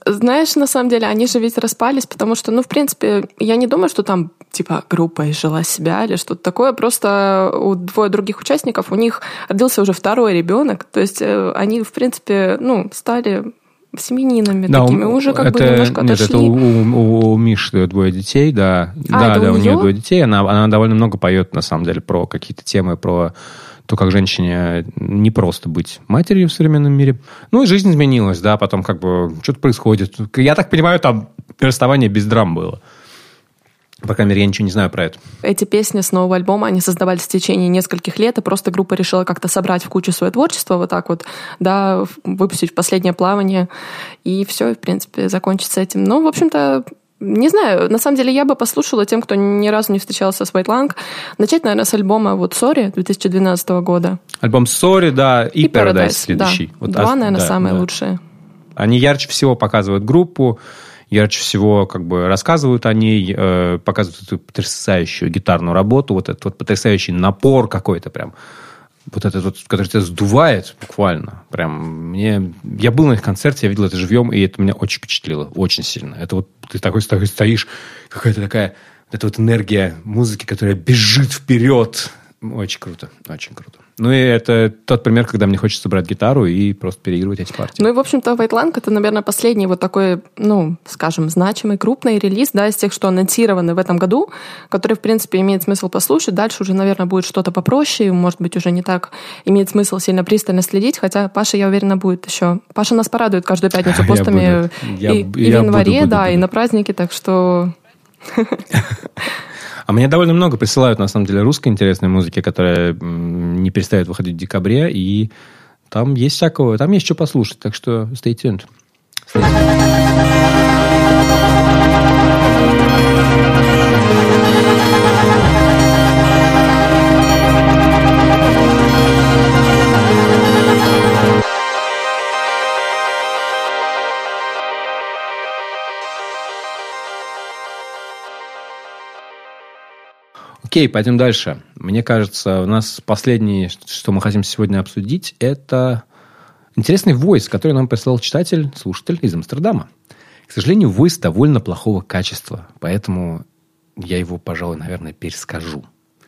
Знаешь, на самом деле, они же ведь распались, потому что, в принципе, я не думаю, что там, группа изжила себя или что-то такое. Просто у двое других участников, у них родился уже второй ребенок. То есть они, в принципе, стали семьянинами такими, уже немножко отошли. Нет, это у Миши двое детей, да. У нее двое детей. Она довольно много поет, на самом деле, про какие-то темы, про то, как женщине не просто быть матерью в современном мире. И жизнь изменилась, да, потом что-то происходит. Я так понимаю, там расставание без драм было. По крайней мере, я ничего не знаю про это. Эти песни с нового альбома, они создавались в течение нескольких лет, и просто группа решила как-то собрать в кучу свое творчество, вот так вот, да, выпустить в последнее плавание, и все, в принципе, закончится этим. В общем-то, не знаю, на самом деле я бы послушала тем, кто ни разу не встречался с White Lung. Начать, наверное, с альбома «Sorry» 2012 года. Альбом «Sorry», да, и «Paradise» следующий. Да. Два, наверное, самые лучшие. Они ярче всего показывают группу, ярче всего рассказывают о ней, показывают эту потрясающую гитарную работу, вот этот потрясающий напор какой-то прям. Вот этот который тебя сдувает буквально. Прям я был на их концерте, я видел это живьем, и это меня очень впечатлило. Очень сильно. Это ты такой стоишь, какая-то такая энергия музыки, которая бежит вперед. Очень круто. Очень круто. И это тот пример, когда мне хочется брать гитару и просто переигрывать эти партии. И, в общем-то, White Lung — это, наверное, последний вот такой, скажем, значимый, крупный релиз, да, из тех, что анонсированы в этом году, который, в принципе, имеет смысл послушать. Дальше уже, наверное, будет что-то попроще, может быть, уже не так имеет смысл сильно пристально следить, хотя Паша, я уверена, будет еще. Паша нас порадует каждую пятницу постами и в январе, и на праздники, так что... А мне довольно много присылают, на самом деле, русской интересной музыки, которая не перестает выходить в декабре, и там есть всякого, там есть что послушать, так что stay tuned. Окей, пойдем дальше. Мне кажется, у нас последнее, что мы хотим сегодня обсудить, это интересный войс, который нам прислал слушатель из Амстердама. К сожалению, войс довольно плохого качества, поэтому я его, пожалуй, наверное, перескажу.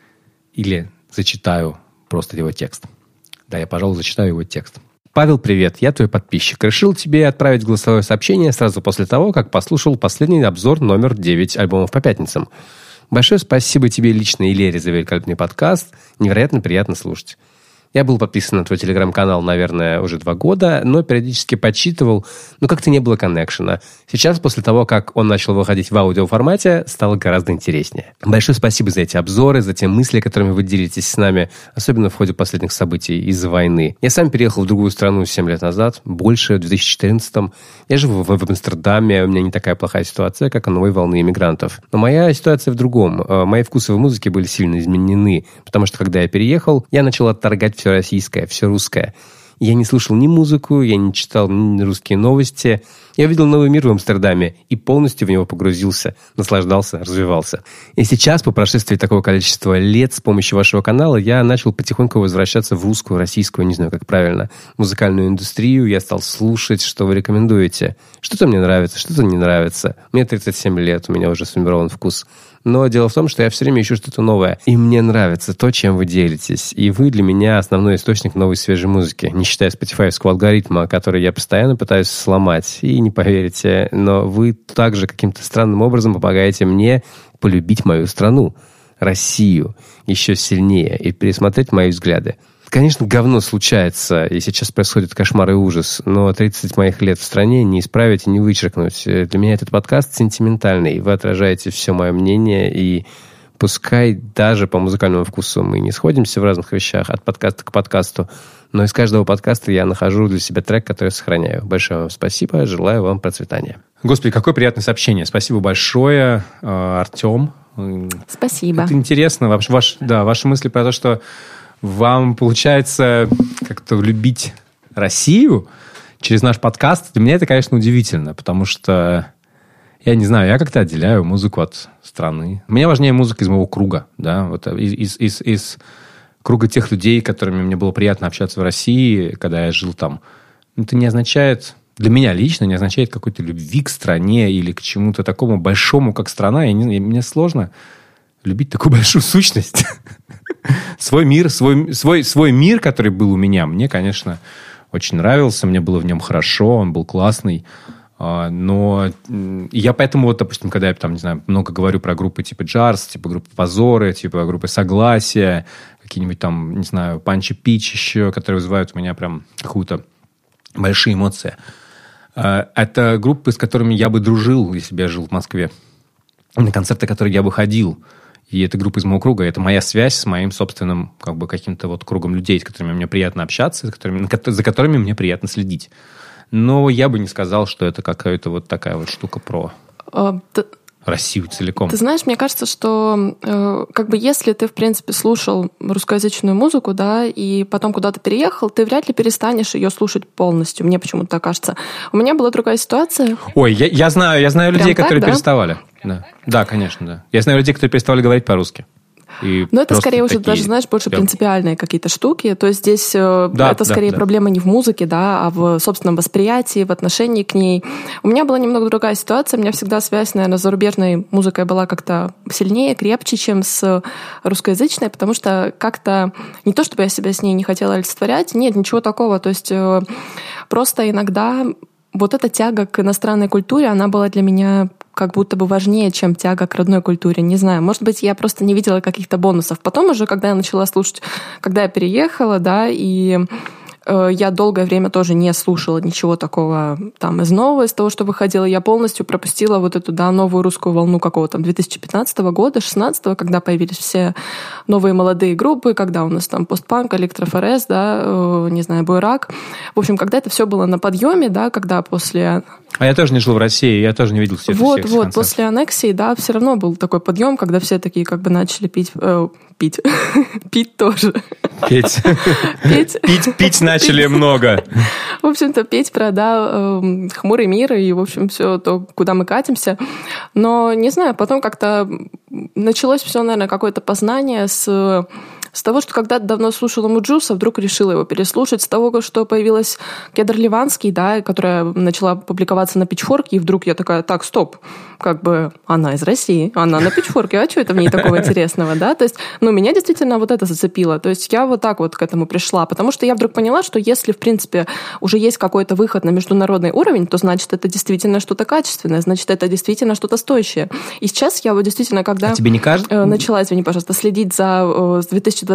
Или зачитаю просто его текст. Да, я, пожалуй, зачитаю его текст. Павел, привет, я твой подписчик. Решил тебе отправить голосовое сообщение сразу после того, как послушал последний обзор номер 9 альбомов по пятницам. Большое спасибо тебе лично и Лере за великолепный подкаст. Невероятно приятно слушать. Я был подписан на твой телеграм-канал, наверное, уже 2 года, но периодически подсчитывал, но как-то не было коннекшена. Сейчас, после того, как он начал выходить в аудиоформате, стало гораздо интереснее. Большое спасибо за эти обзоры, за те мысли, которыми вы делитесь с нами, особенно в ходе последних событий из-за войны. Я сам переехал в другую страну 7 лет назад, больше, в 2014-м. Я живу в Амстердаме, у меня не такая плохая ситуация, как у новой волны иммигрантов. Но моя ситуация в другом. Мои вкусы в музыке были сильно изменены, потому что, когда я переехал, я начал отторгать все российское, все русское. Я не слушал ни музыку, я не читал ни русские новости. Я увидел новый мир в Амстердаме и полностью в него погрузился, наслаждался, развивался. И сейчас, по прошествии такого количества лет, с помощью вашего канала, я начал потихоньку возвращаться в русскую, российскую, не знаю, как правильно, музыкальную индустрию. Я стал слушать, что вы рекомендуете. Что-то мне нравится, что-то не нравится. Мне 37 лет, у меня уже сформирован вкус. Но дело в том, что я все время ищу что-то новое. И мне нравится то, чем вы делитесь. И вы для меня основной источник новой свежей музыки. Не считая спотифаевского алгоритма, который я постоянно пытаюсь сломать. И не поверите, но вы также каким-то странным образом помогаете мне полюбить мою страну, Россию, еще сильнее и пересмотреть мои взгляды. Конечно, говно случается, и сейчас происходит кошмар и ужас, но 30 моих лет в стране не исправить и не вычеркнуть. Для меня этот подкаст сентиментальный. Вы отражаете все мое мнение, и пускай даже по музыкальному вкусу мы не сходимся в разных вещах от подкаста к подкасту, но из каждого подкаста я нахожу для себя трек, который сохраняю. Большое вам спасибо, желаю вам процветания. Господи, какое приятное сообщение. Спасибо большое, Артем. Спасибо. Это интересно, ваши мысли про то, что вам получается как-то любить Россию через наш подкаст. Для меня это, конечно, удивительно, потому что, я не знаю, я как-то отделяю музыку от страны. Мне важнее музыка из моего круга, да, вот из круга тех людей, с которыми мне было приятно общаться в России, когда я жил там. Это не означает, для меня лично не означает какой-то любви к стране или к чему-то такому большому, как страна. Мне сложно любить такую большую сущность. Свой мир, свой мир, который был у меня, мне, конечно, очень нравился. Мне было в нем хорошо, он был классный. Но я поэтому, вот, допустим, когда я там, не знаю, много говорю про группы типа Джарс, типа группы Позоры, типа группы Согласия, какие-нибудь там, не знаю, Панчи Пич еще, которые вызывают у меня прям какую-то большие эмоции. Это группы, с которыми я бы дружил, если бы я жил в Москве. На концерты, которые я бы ходил. И это группа из моего круга. Это моя связь с моим собственным как бы каким-то вот кругом людей, с которыми мне приятно общаться, за которыми мне приятно следить. Но я бы не сказал, что это какая-то вот такая вот штука про Россию целиком. Ты знаешь, мне кажется, что как бы если ты, в принципе, слушал русскоязычную музыку, да, и потом куда-то переехал, ты вряд ли перестанешь ее слушать полностью. Мне почему-то так кажется. У меня была другая ситуация. Ой, я знаю людей, так, которые да? переставали. Да, конечно, да. Я знаю людей, которые переставали говорить по-русски. Но это скорее уже даже, знаешь, больше принципиальные какие-то штуки. То есть здесь это скорее проблема не в музыке, да, а в собственном восприятии, в отношении к ней. У меня была немного другая ситуация. У меня всегда связь, наверное, с зарубежной музыкой была как-то сильнее, крепче, чем с русскоязычной, потому что как-то не то, чтобы я себя с ней не хотела олицетворять, нет, ничего такого. То есть просто иногда вот эта тяга к иностранной культуре, она была для меня как будто бы важнее, чем тяга к родной культуре. Не знаю, может быть, я просто не видела каких-то бонусов. Потом уже, когда я начала слушать, когда я переехала, да, и я долгое время тоже не слушала ничего такого там из нового, из того, что выходило. Я полностью пропустила вот эту, да, новую русскую волну какого-то 2015 года, 2016, когда появились все новые молодые группы, когда у нас там постпанк, электрофорез, да, не знаю, буерак. В общем, когда это все было на подъеме, да, когда после... А я тоже не жил в России, я тоже не видел всех концертов. После аннексии, да, все равно был такой подъем, когда все такие как бы начали пить тоже. Пить начали много. В общем-то, петь про, да, хмурый мир и, в общем, все то, куда мы катимся. Но, не знаю, потом как-то началось все, наверное, какое-то познание с того, что когда-то давно слушала Муджуса, вдруг решила его переслушать, с того, что появилась Кедр Ливанский, да, которая начала публиковаться на Питчфорке, и вдруг я такая, так, стоп, как бы она из России, она на Питчфорке, а что это в ней такого интересного, да? То есть, меня действительно вот это зацепило. То есть я вот так вот к этому пришла, потому что я вдруг поняла, что если, в принципе, уже есть какой-то выход на международный уровень, то значит, это действительно что-то качественное, значит, это действительно что-то стоящее. И сейчас я вот действительно, когда тебе не кажется? Начала, извини, пожалуйста, следить за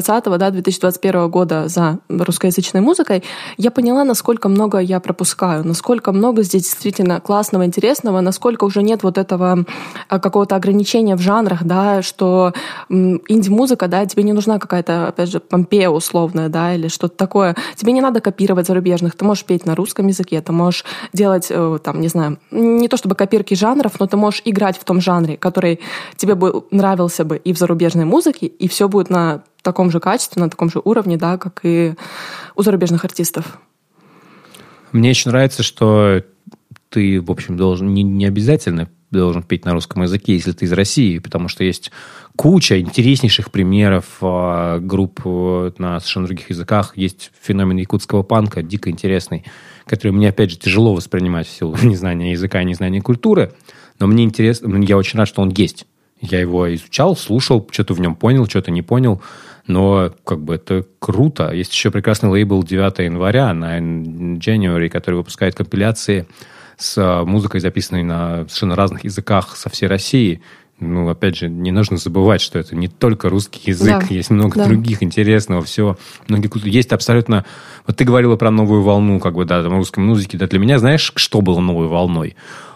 2020-2021 года за русскоязычной музыкой, я поняла, насколько много я пропускаю, насколько много здесь действительно классного, интересного, насколько уже нет вот этого какого-то ограничения в жанрах, да, что инди-музыка, да, тебе не нужна какая-то, опять же, Помпея условная, да, или что-то такое. Тебе не надо копировать зарубежных. Ты можешь петь на русском языке, ты можешь делать, там, не знаю, не то чтобы копирки жанров, но ты можешь играть в том жанре, который тебе бы нравился бы и в зарубежной музыке, и все будет на таком же качестве, на таком же уровне, да, как и у зарубежных артистов. Мне еще нравится, что ты, в общем, должен не обязательно должен петь на русском языке, если ты из России, потому что есть куча интереснейших примеров групп на совершенно других языках. Есть феномен якутского панка, дико интересный, который мне, опять же, тяжело воспринимать в силу незнания языка и незнания культуры, но мне интересно, я очень рад, что он есть. Я его изучал, слушал, что-то в нем понял, что-то не понял, но как бы это круто. Есть еще прекрасный лейбл 9 января, 9 January, который выпускает компиляции с музыкой, записанной на совершенно разных языках со всей России. Опять же, не нужно забывать, что это не только русский язык, да, есть много других интересного всего. Есть абсолютно... Вот ты говорила про новую волну, как бы, да, там, русской музыки. Да, для меня, знаешь, что было новой волной?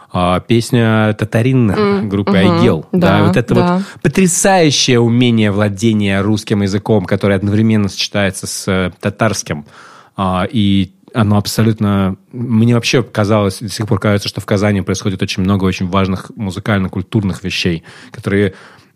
Песня «Татарин» группы «Айгел». Да, вот это вот потрясающее умение владения русским языком, которое одновременно сочетается с татарским. И оно абсолютно... Мне вообще казалось, до сих пор кажется, что в Казани происходит очень много очень важных музыкально-культурных вещей, которые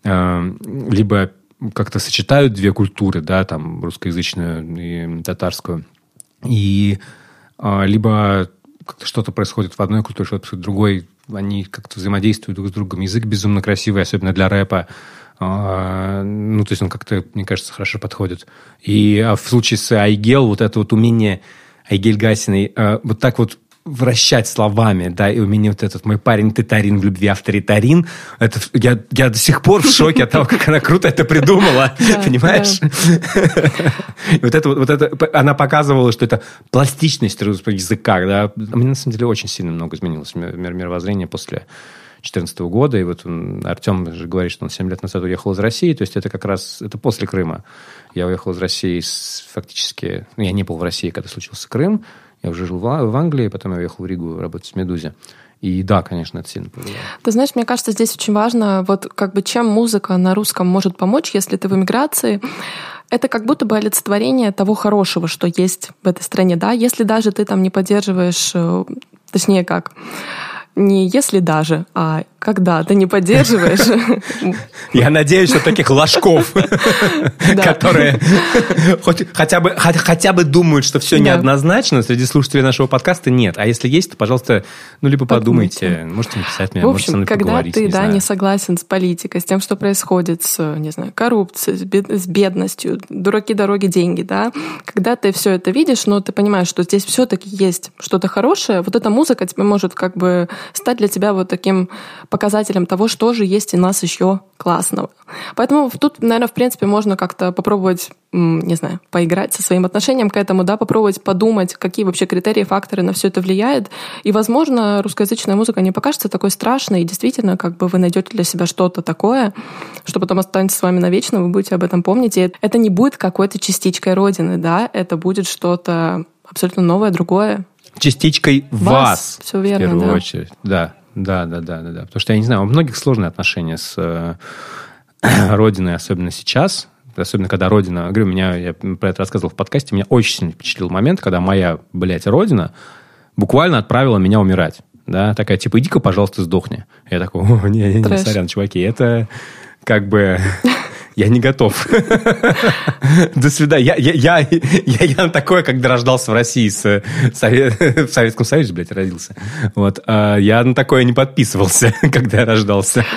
либо как-то сочетают две культуры, да, там, русскоязычную и татарскую, и либо как-то что-то происходит в одной культуре, что-то происходит в другой, они как-то взаимодействуют друг с другом. Язык безумно красивый, особенно для рэпа. То есть он как-то, мне кажется, хорошо подходит. И в случае с Айгел вот это вот умение Айгель Гасиной вот так вот вращать словами, да, и у меня вот этот мой парень Титарин в любви авторитарин, это, я до сих пор в шоке от того, как она круто это придумала, понимаешь? Вот это, она показывала, что это пластичность русского языка, да. Мне, на самом деле, очень сильно много изменилось мировоззрение после 2014 года, и вот Артем же говорит, что он 7 лет назад уехал из России, то есть это как раз, это после Крыма. Я уехал из России фактически, я не был в России, когда случился Крым, я уже жил в Англии, потом я уехал в Ригу работать в «Медузе». И да, конечно, это сильно повлияло. Ты знаешь, мне кажется, здесь очень важно, вот как бы чем музыка на русском может помочь, если ты в эмиграции. Это как будто бы олицетворение того хорошего, что есть в этой стране, да. Если даже ты там не поддерживаешь, точнее как, не если даже, а когда ты не поддерживаешь. Я надеюсь, что таких ложков, которые хотя бы думают, что все неоднозначно, среди слушателей нашего подкаста нет. А если есть, то, пожалуйста, ну, либо подумайте, можете написать мне, можете со мной поговорить. В общем, когда ты не согласен с политикой, с тем, что происходит с, не знаю, коррупцией, с бедностью, дураки, дороги, деньги, да, когда ты все это видишь, но ты понимаешь, что здесь все-таки есть что-то хорошее, вот эта музыка тебе может как бы стать для тебя вот таким показателем того, что же есть у нас еще классного. Поэтому тут, наверное, в принципе, можно как-то попробовать, не знаю, поиграть со своим отношением к этому, да, попробовать подумать, какие вообще критерии, факторы на все это влияют. И, возможно, русскоязычная музыка не покажется такой страшной, и действительно, как бы вы найдете для себя что-то такое, что потом останется с вами навечно, вы будете об этом помнить. И это не будет какой-то частичкой Родины, да, это будет что-то абсолютно новое, другое. Частичкой вас, все верно, в первую очередь. Да. Потому что, я не знаю, у многих сложные отношения с Родиной, особенно сейчас. Особенно, когда Родина... Говорю, я про это рассказывал в подкасте, меня очень сильно впечатлил момент, когда моя, Родина буквально отправила меня умирать. Да, такая, типа, иди-ка, пожалуйста, сдохни. Я такой, не, сорян, чуваки, это как бы... Я не готов. До свидания. Я такой, когда рождался в России, в Советском Союзе, блядь, родился. Вот. Я на такое не подписывался, когда я рождался.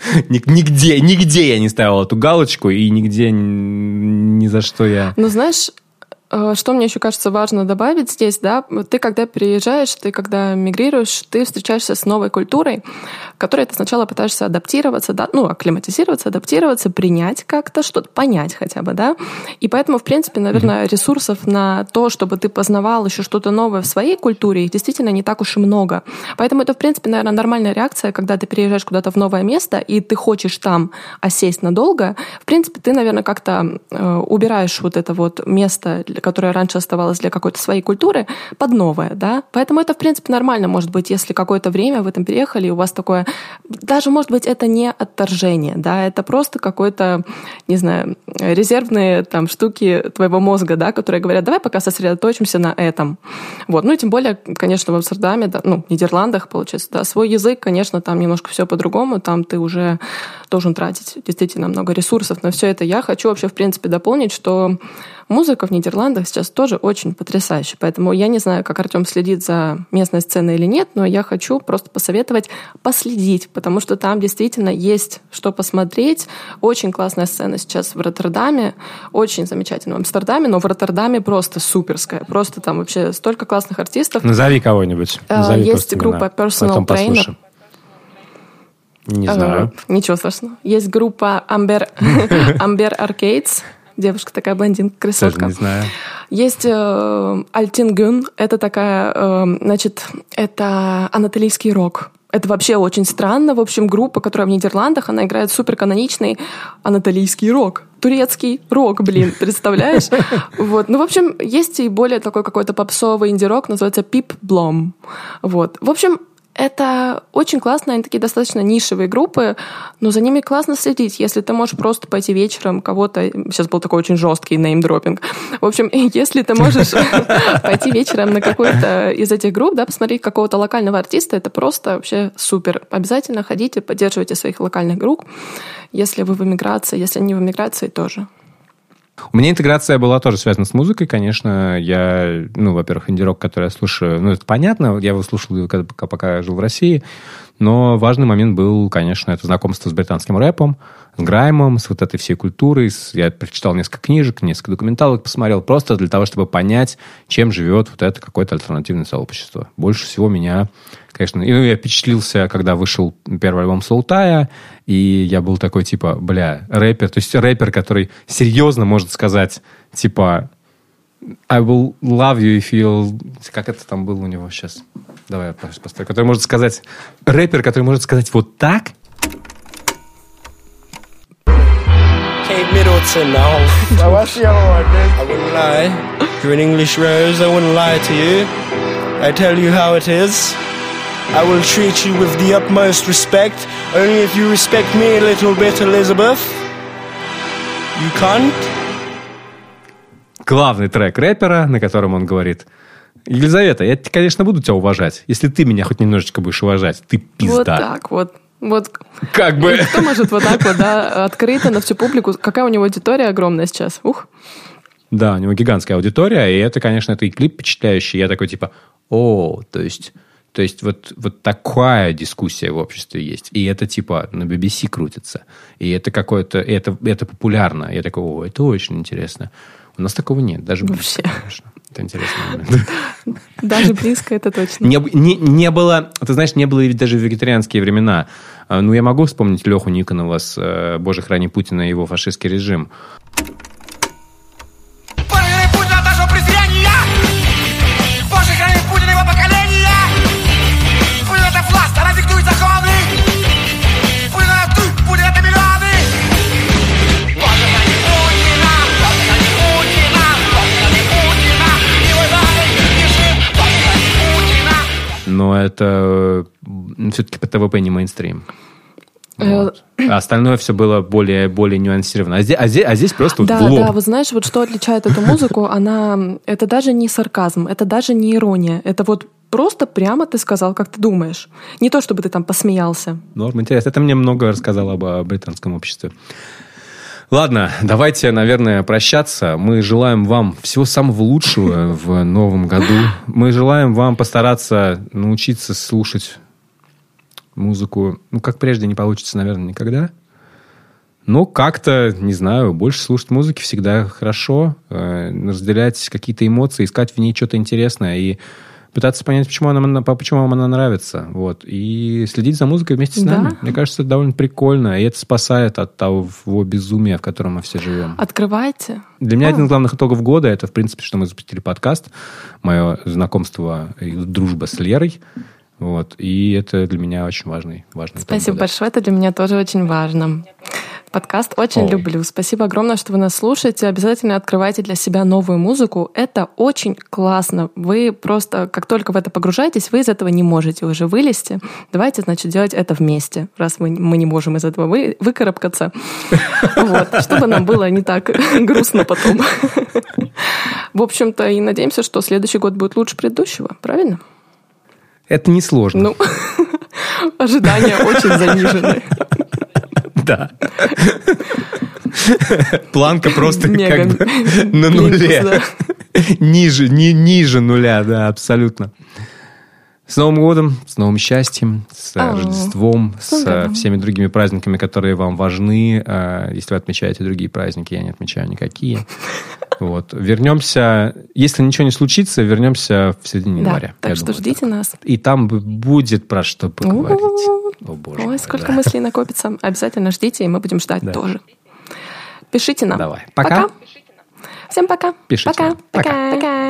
Нигде я не ставил эту галочку, и нигде ни за что я... Ну, знаешь... Что мне еще кажется важно добавить здесь, да, ты когда переезжаешь, ты когда мигрируешь, ты встречаешься с новой культурой, которой ты сначала пытаешься адаптироваться, да, ну, акклиматизироваться, адаптироваться, принять как-то, что-то понять хотя бы, да, и поэтому, в принципе, наверное, ресурсов на то, чтобы ты познавал еще что-то новое в своей культуре, их действительно не так уж и много. Поэтому это, в принципе, наверное, нормальная реакция, когда ты переезжаешь куда-то в новое место, и ты хочешь там осесть надолго, в принципе, ты, наверное, как-то убираешь вот это вот место, которая раньше оставалась для какой-то своей культуры, под новое, да. Поэтому это, в принципе, нормально, может быть, если какое-то время вы этом переехали, и у вас такое... Даже, может быть, это не отторжение, да, это просто какой-то, не знаю, резервные там штуки твоего мозга, да, которые говорят, давай пока сосредоточимся на этом. Вот. Ну и тем более, конечно, в Амстердаме, да, ну, в Нидерландах, получается, да, свой язык, конечно, там немножко все по-другому, там ты уже должен тратить действительно много ресурсов на все это. Я хочу вообще, в принципе, дополнить, что музыка в Нидерландах сейчас тоже очень потрясающая. Поэтому я не знаю, как Артем следит за местной сценой или нет, но я хочу просто посоветовать последить, потому что там действительно есть что посмотреть. Очень классная сцена сейчас в Роттердаме, очень замечательно в Амстердаме, но в Роттердаме просто суперская. Просто там вообще столько классных артистов. Назови кого-нибудь. Есть группа Personal Trainer. Не знаю. Ничего страшного. Есть группа Amber Arcades. Девушка такая, блондинка, красотка. Тоже не знаю. Есть Альтингюн. Это такая, значит, это анатолийский рок. Это вообще очень странно. В общем, группа, которая в Нидерландах, она играет суперканоничный анатолийский рок. Турецкий рок, блин, представляешь? Вот. Ну, в общем, есть и более такой какой-то попсовый инди-рок, называется Пип Блом. Вот. В общем, это очень классно, они такие достаточно нишевые группы, но за ними классно следить, если ты можешь просто пойти вечером кого-то... Сейчас был такой очень жесткий неймдропинг. В общем, если ты можешь пойти вечером на какую-то из этих групп, да, посмотреть какого-то локального артиста, это просто вообще супер. Обязательно ходите, поддерживайте своих локальных групп, если вы в эмиграции, если не в эмиграции, тоже. У меня интеграция была тоже связана с музыкой, конечно. Во-первых, инди-рок, который я слушаю, это понятно, я его слушал, пока я жил в России, Но важный момент был, конечно, это знакомство с британским рэпом, с граймом, с вот этой всей культурой. Я прочитал несколько книжек, несколько документалок посмотрел, просто для того, чтобы понять, чем живет вот это какое-то альтернативное сообщество. Больше всего меня, конечно... я впечатлился, когда вышел первый альбом Слоутая, и я был такой, типа, рэпер. То есть рэпер, который серьезно может сказать, типа... I will love you if you'll... Как это там было у него сейчас? Давай я поставлю. Который может сказать... Рэпер, который может сказать вот так. Kate Middleton, no. What's the other one, dude? I wouldn't lie. You're an English rose, I wouldn't lie to you. I tell you how it is. I will treat you with the utmost respect. Only if you respect me a little bit, Elizabeth. You can't. Главный трек рэпера, на котором он говорит: Елизавета, я, конечно, буду тебя уважать, если ты меня хоть немножечко будешь уважать. Ты пизда. Вот так вот. Вот. Как бы. Кто может вот так вот, да, открыто на всю публику? Какая у него аудитория огромная сейчас? Ух. Да, у него гигантская аудитория, и это, конечно, это и клип впечатляющий. Я такой, типа, то есть вот такая дискуссия в обществе есть. И это, типа, на BBC крутится. И это какое-то... Это популярно. Я такой, это очень интересно. У нас такого нет. Даже близко, конечно. Это интересный момент. Даже близко, это точно. Не было... Ты знаешь, не было ведь даже в вегетарианские времена. Ну, я могу вспомнить Леху Никонова с «Боже, храни Путина» и его фашистский режим. Но это все-таки по ТВП не мейнстрим. Вот. А остальное все было более нюансировано. А здесь просто да, в лоб. Да, вы знаешь, вот что отличает эту музыку, это даже не сарказм, это даже не ирония. Это вот просто прямо ты сказал, как ты думаешь. Не то, чтобы ты там посмеялся. Норм, интересно. Это мне много рассказало об британском обществе. Ладно, давайте, наверное, прощаться. Мы желаем вам всего самого лучшего в новом году. Мы желаем вам постараться научиться слушать музыку. Ну, как прежде, не получится, наверное, никогда. Но как-то, не знаю, больше слушать музыки всегда хорошо. Разделять какие-то эмоции, искать в ней что-то интересное и пытаться понять, почему вам она нравится. Вот. И следить за музыкой вместе с нами. Мне кажется, это довольно прикольно. И это спасает от того безумия, в котором мы все живем. Открывайте. Для меня один из главных итогов года, это, в принципе, что мы запустили подкаст. Мое знакомство и дружба с Лерой. Вот. И это для меня очень важный Спасибо большое. Это для меня тоже очень важно. Подкаст очень люблю. Спасибо огромное, что вы нас слушаете. Обязательно открывайте для себя новую музыку. Это очень классно. Вы просто, как только в это погружаетесь, вы из этого не можете уже вылезти. Давайте, значит, делать это вместе, раз мы не можем из этого выкарабкаться. Чтобы нам было не так грустно потом. В общем-то, и надеемся, что следующий год будет лучше предыдущего. Правильно? Это несложно. Ну, ожидания очень занижены. Да. Планка просто как бы на нуле. Ниже нуля, да, абсолютно. С Новым годом, с новым счастьем, с Рождеством, с всеми другими праздниками, которые вам важны. Если вы отмечаете другие праздники, я не отмечаю никакие. Вот. Вернемся, если ничего не случится, вернемся в середине января. Так что ждите нас. И там будет про что поговорить. О, боже мой, сколько мыслей накопится. Обязательно ждите, и мы будем ждать тоже. Пишите нам. Давай. Пока. Всем пока. Пишите. Пока.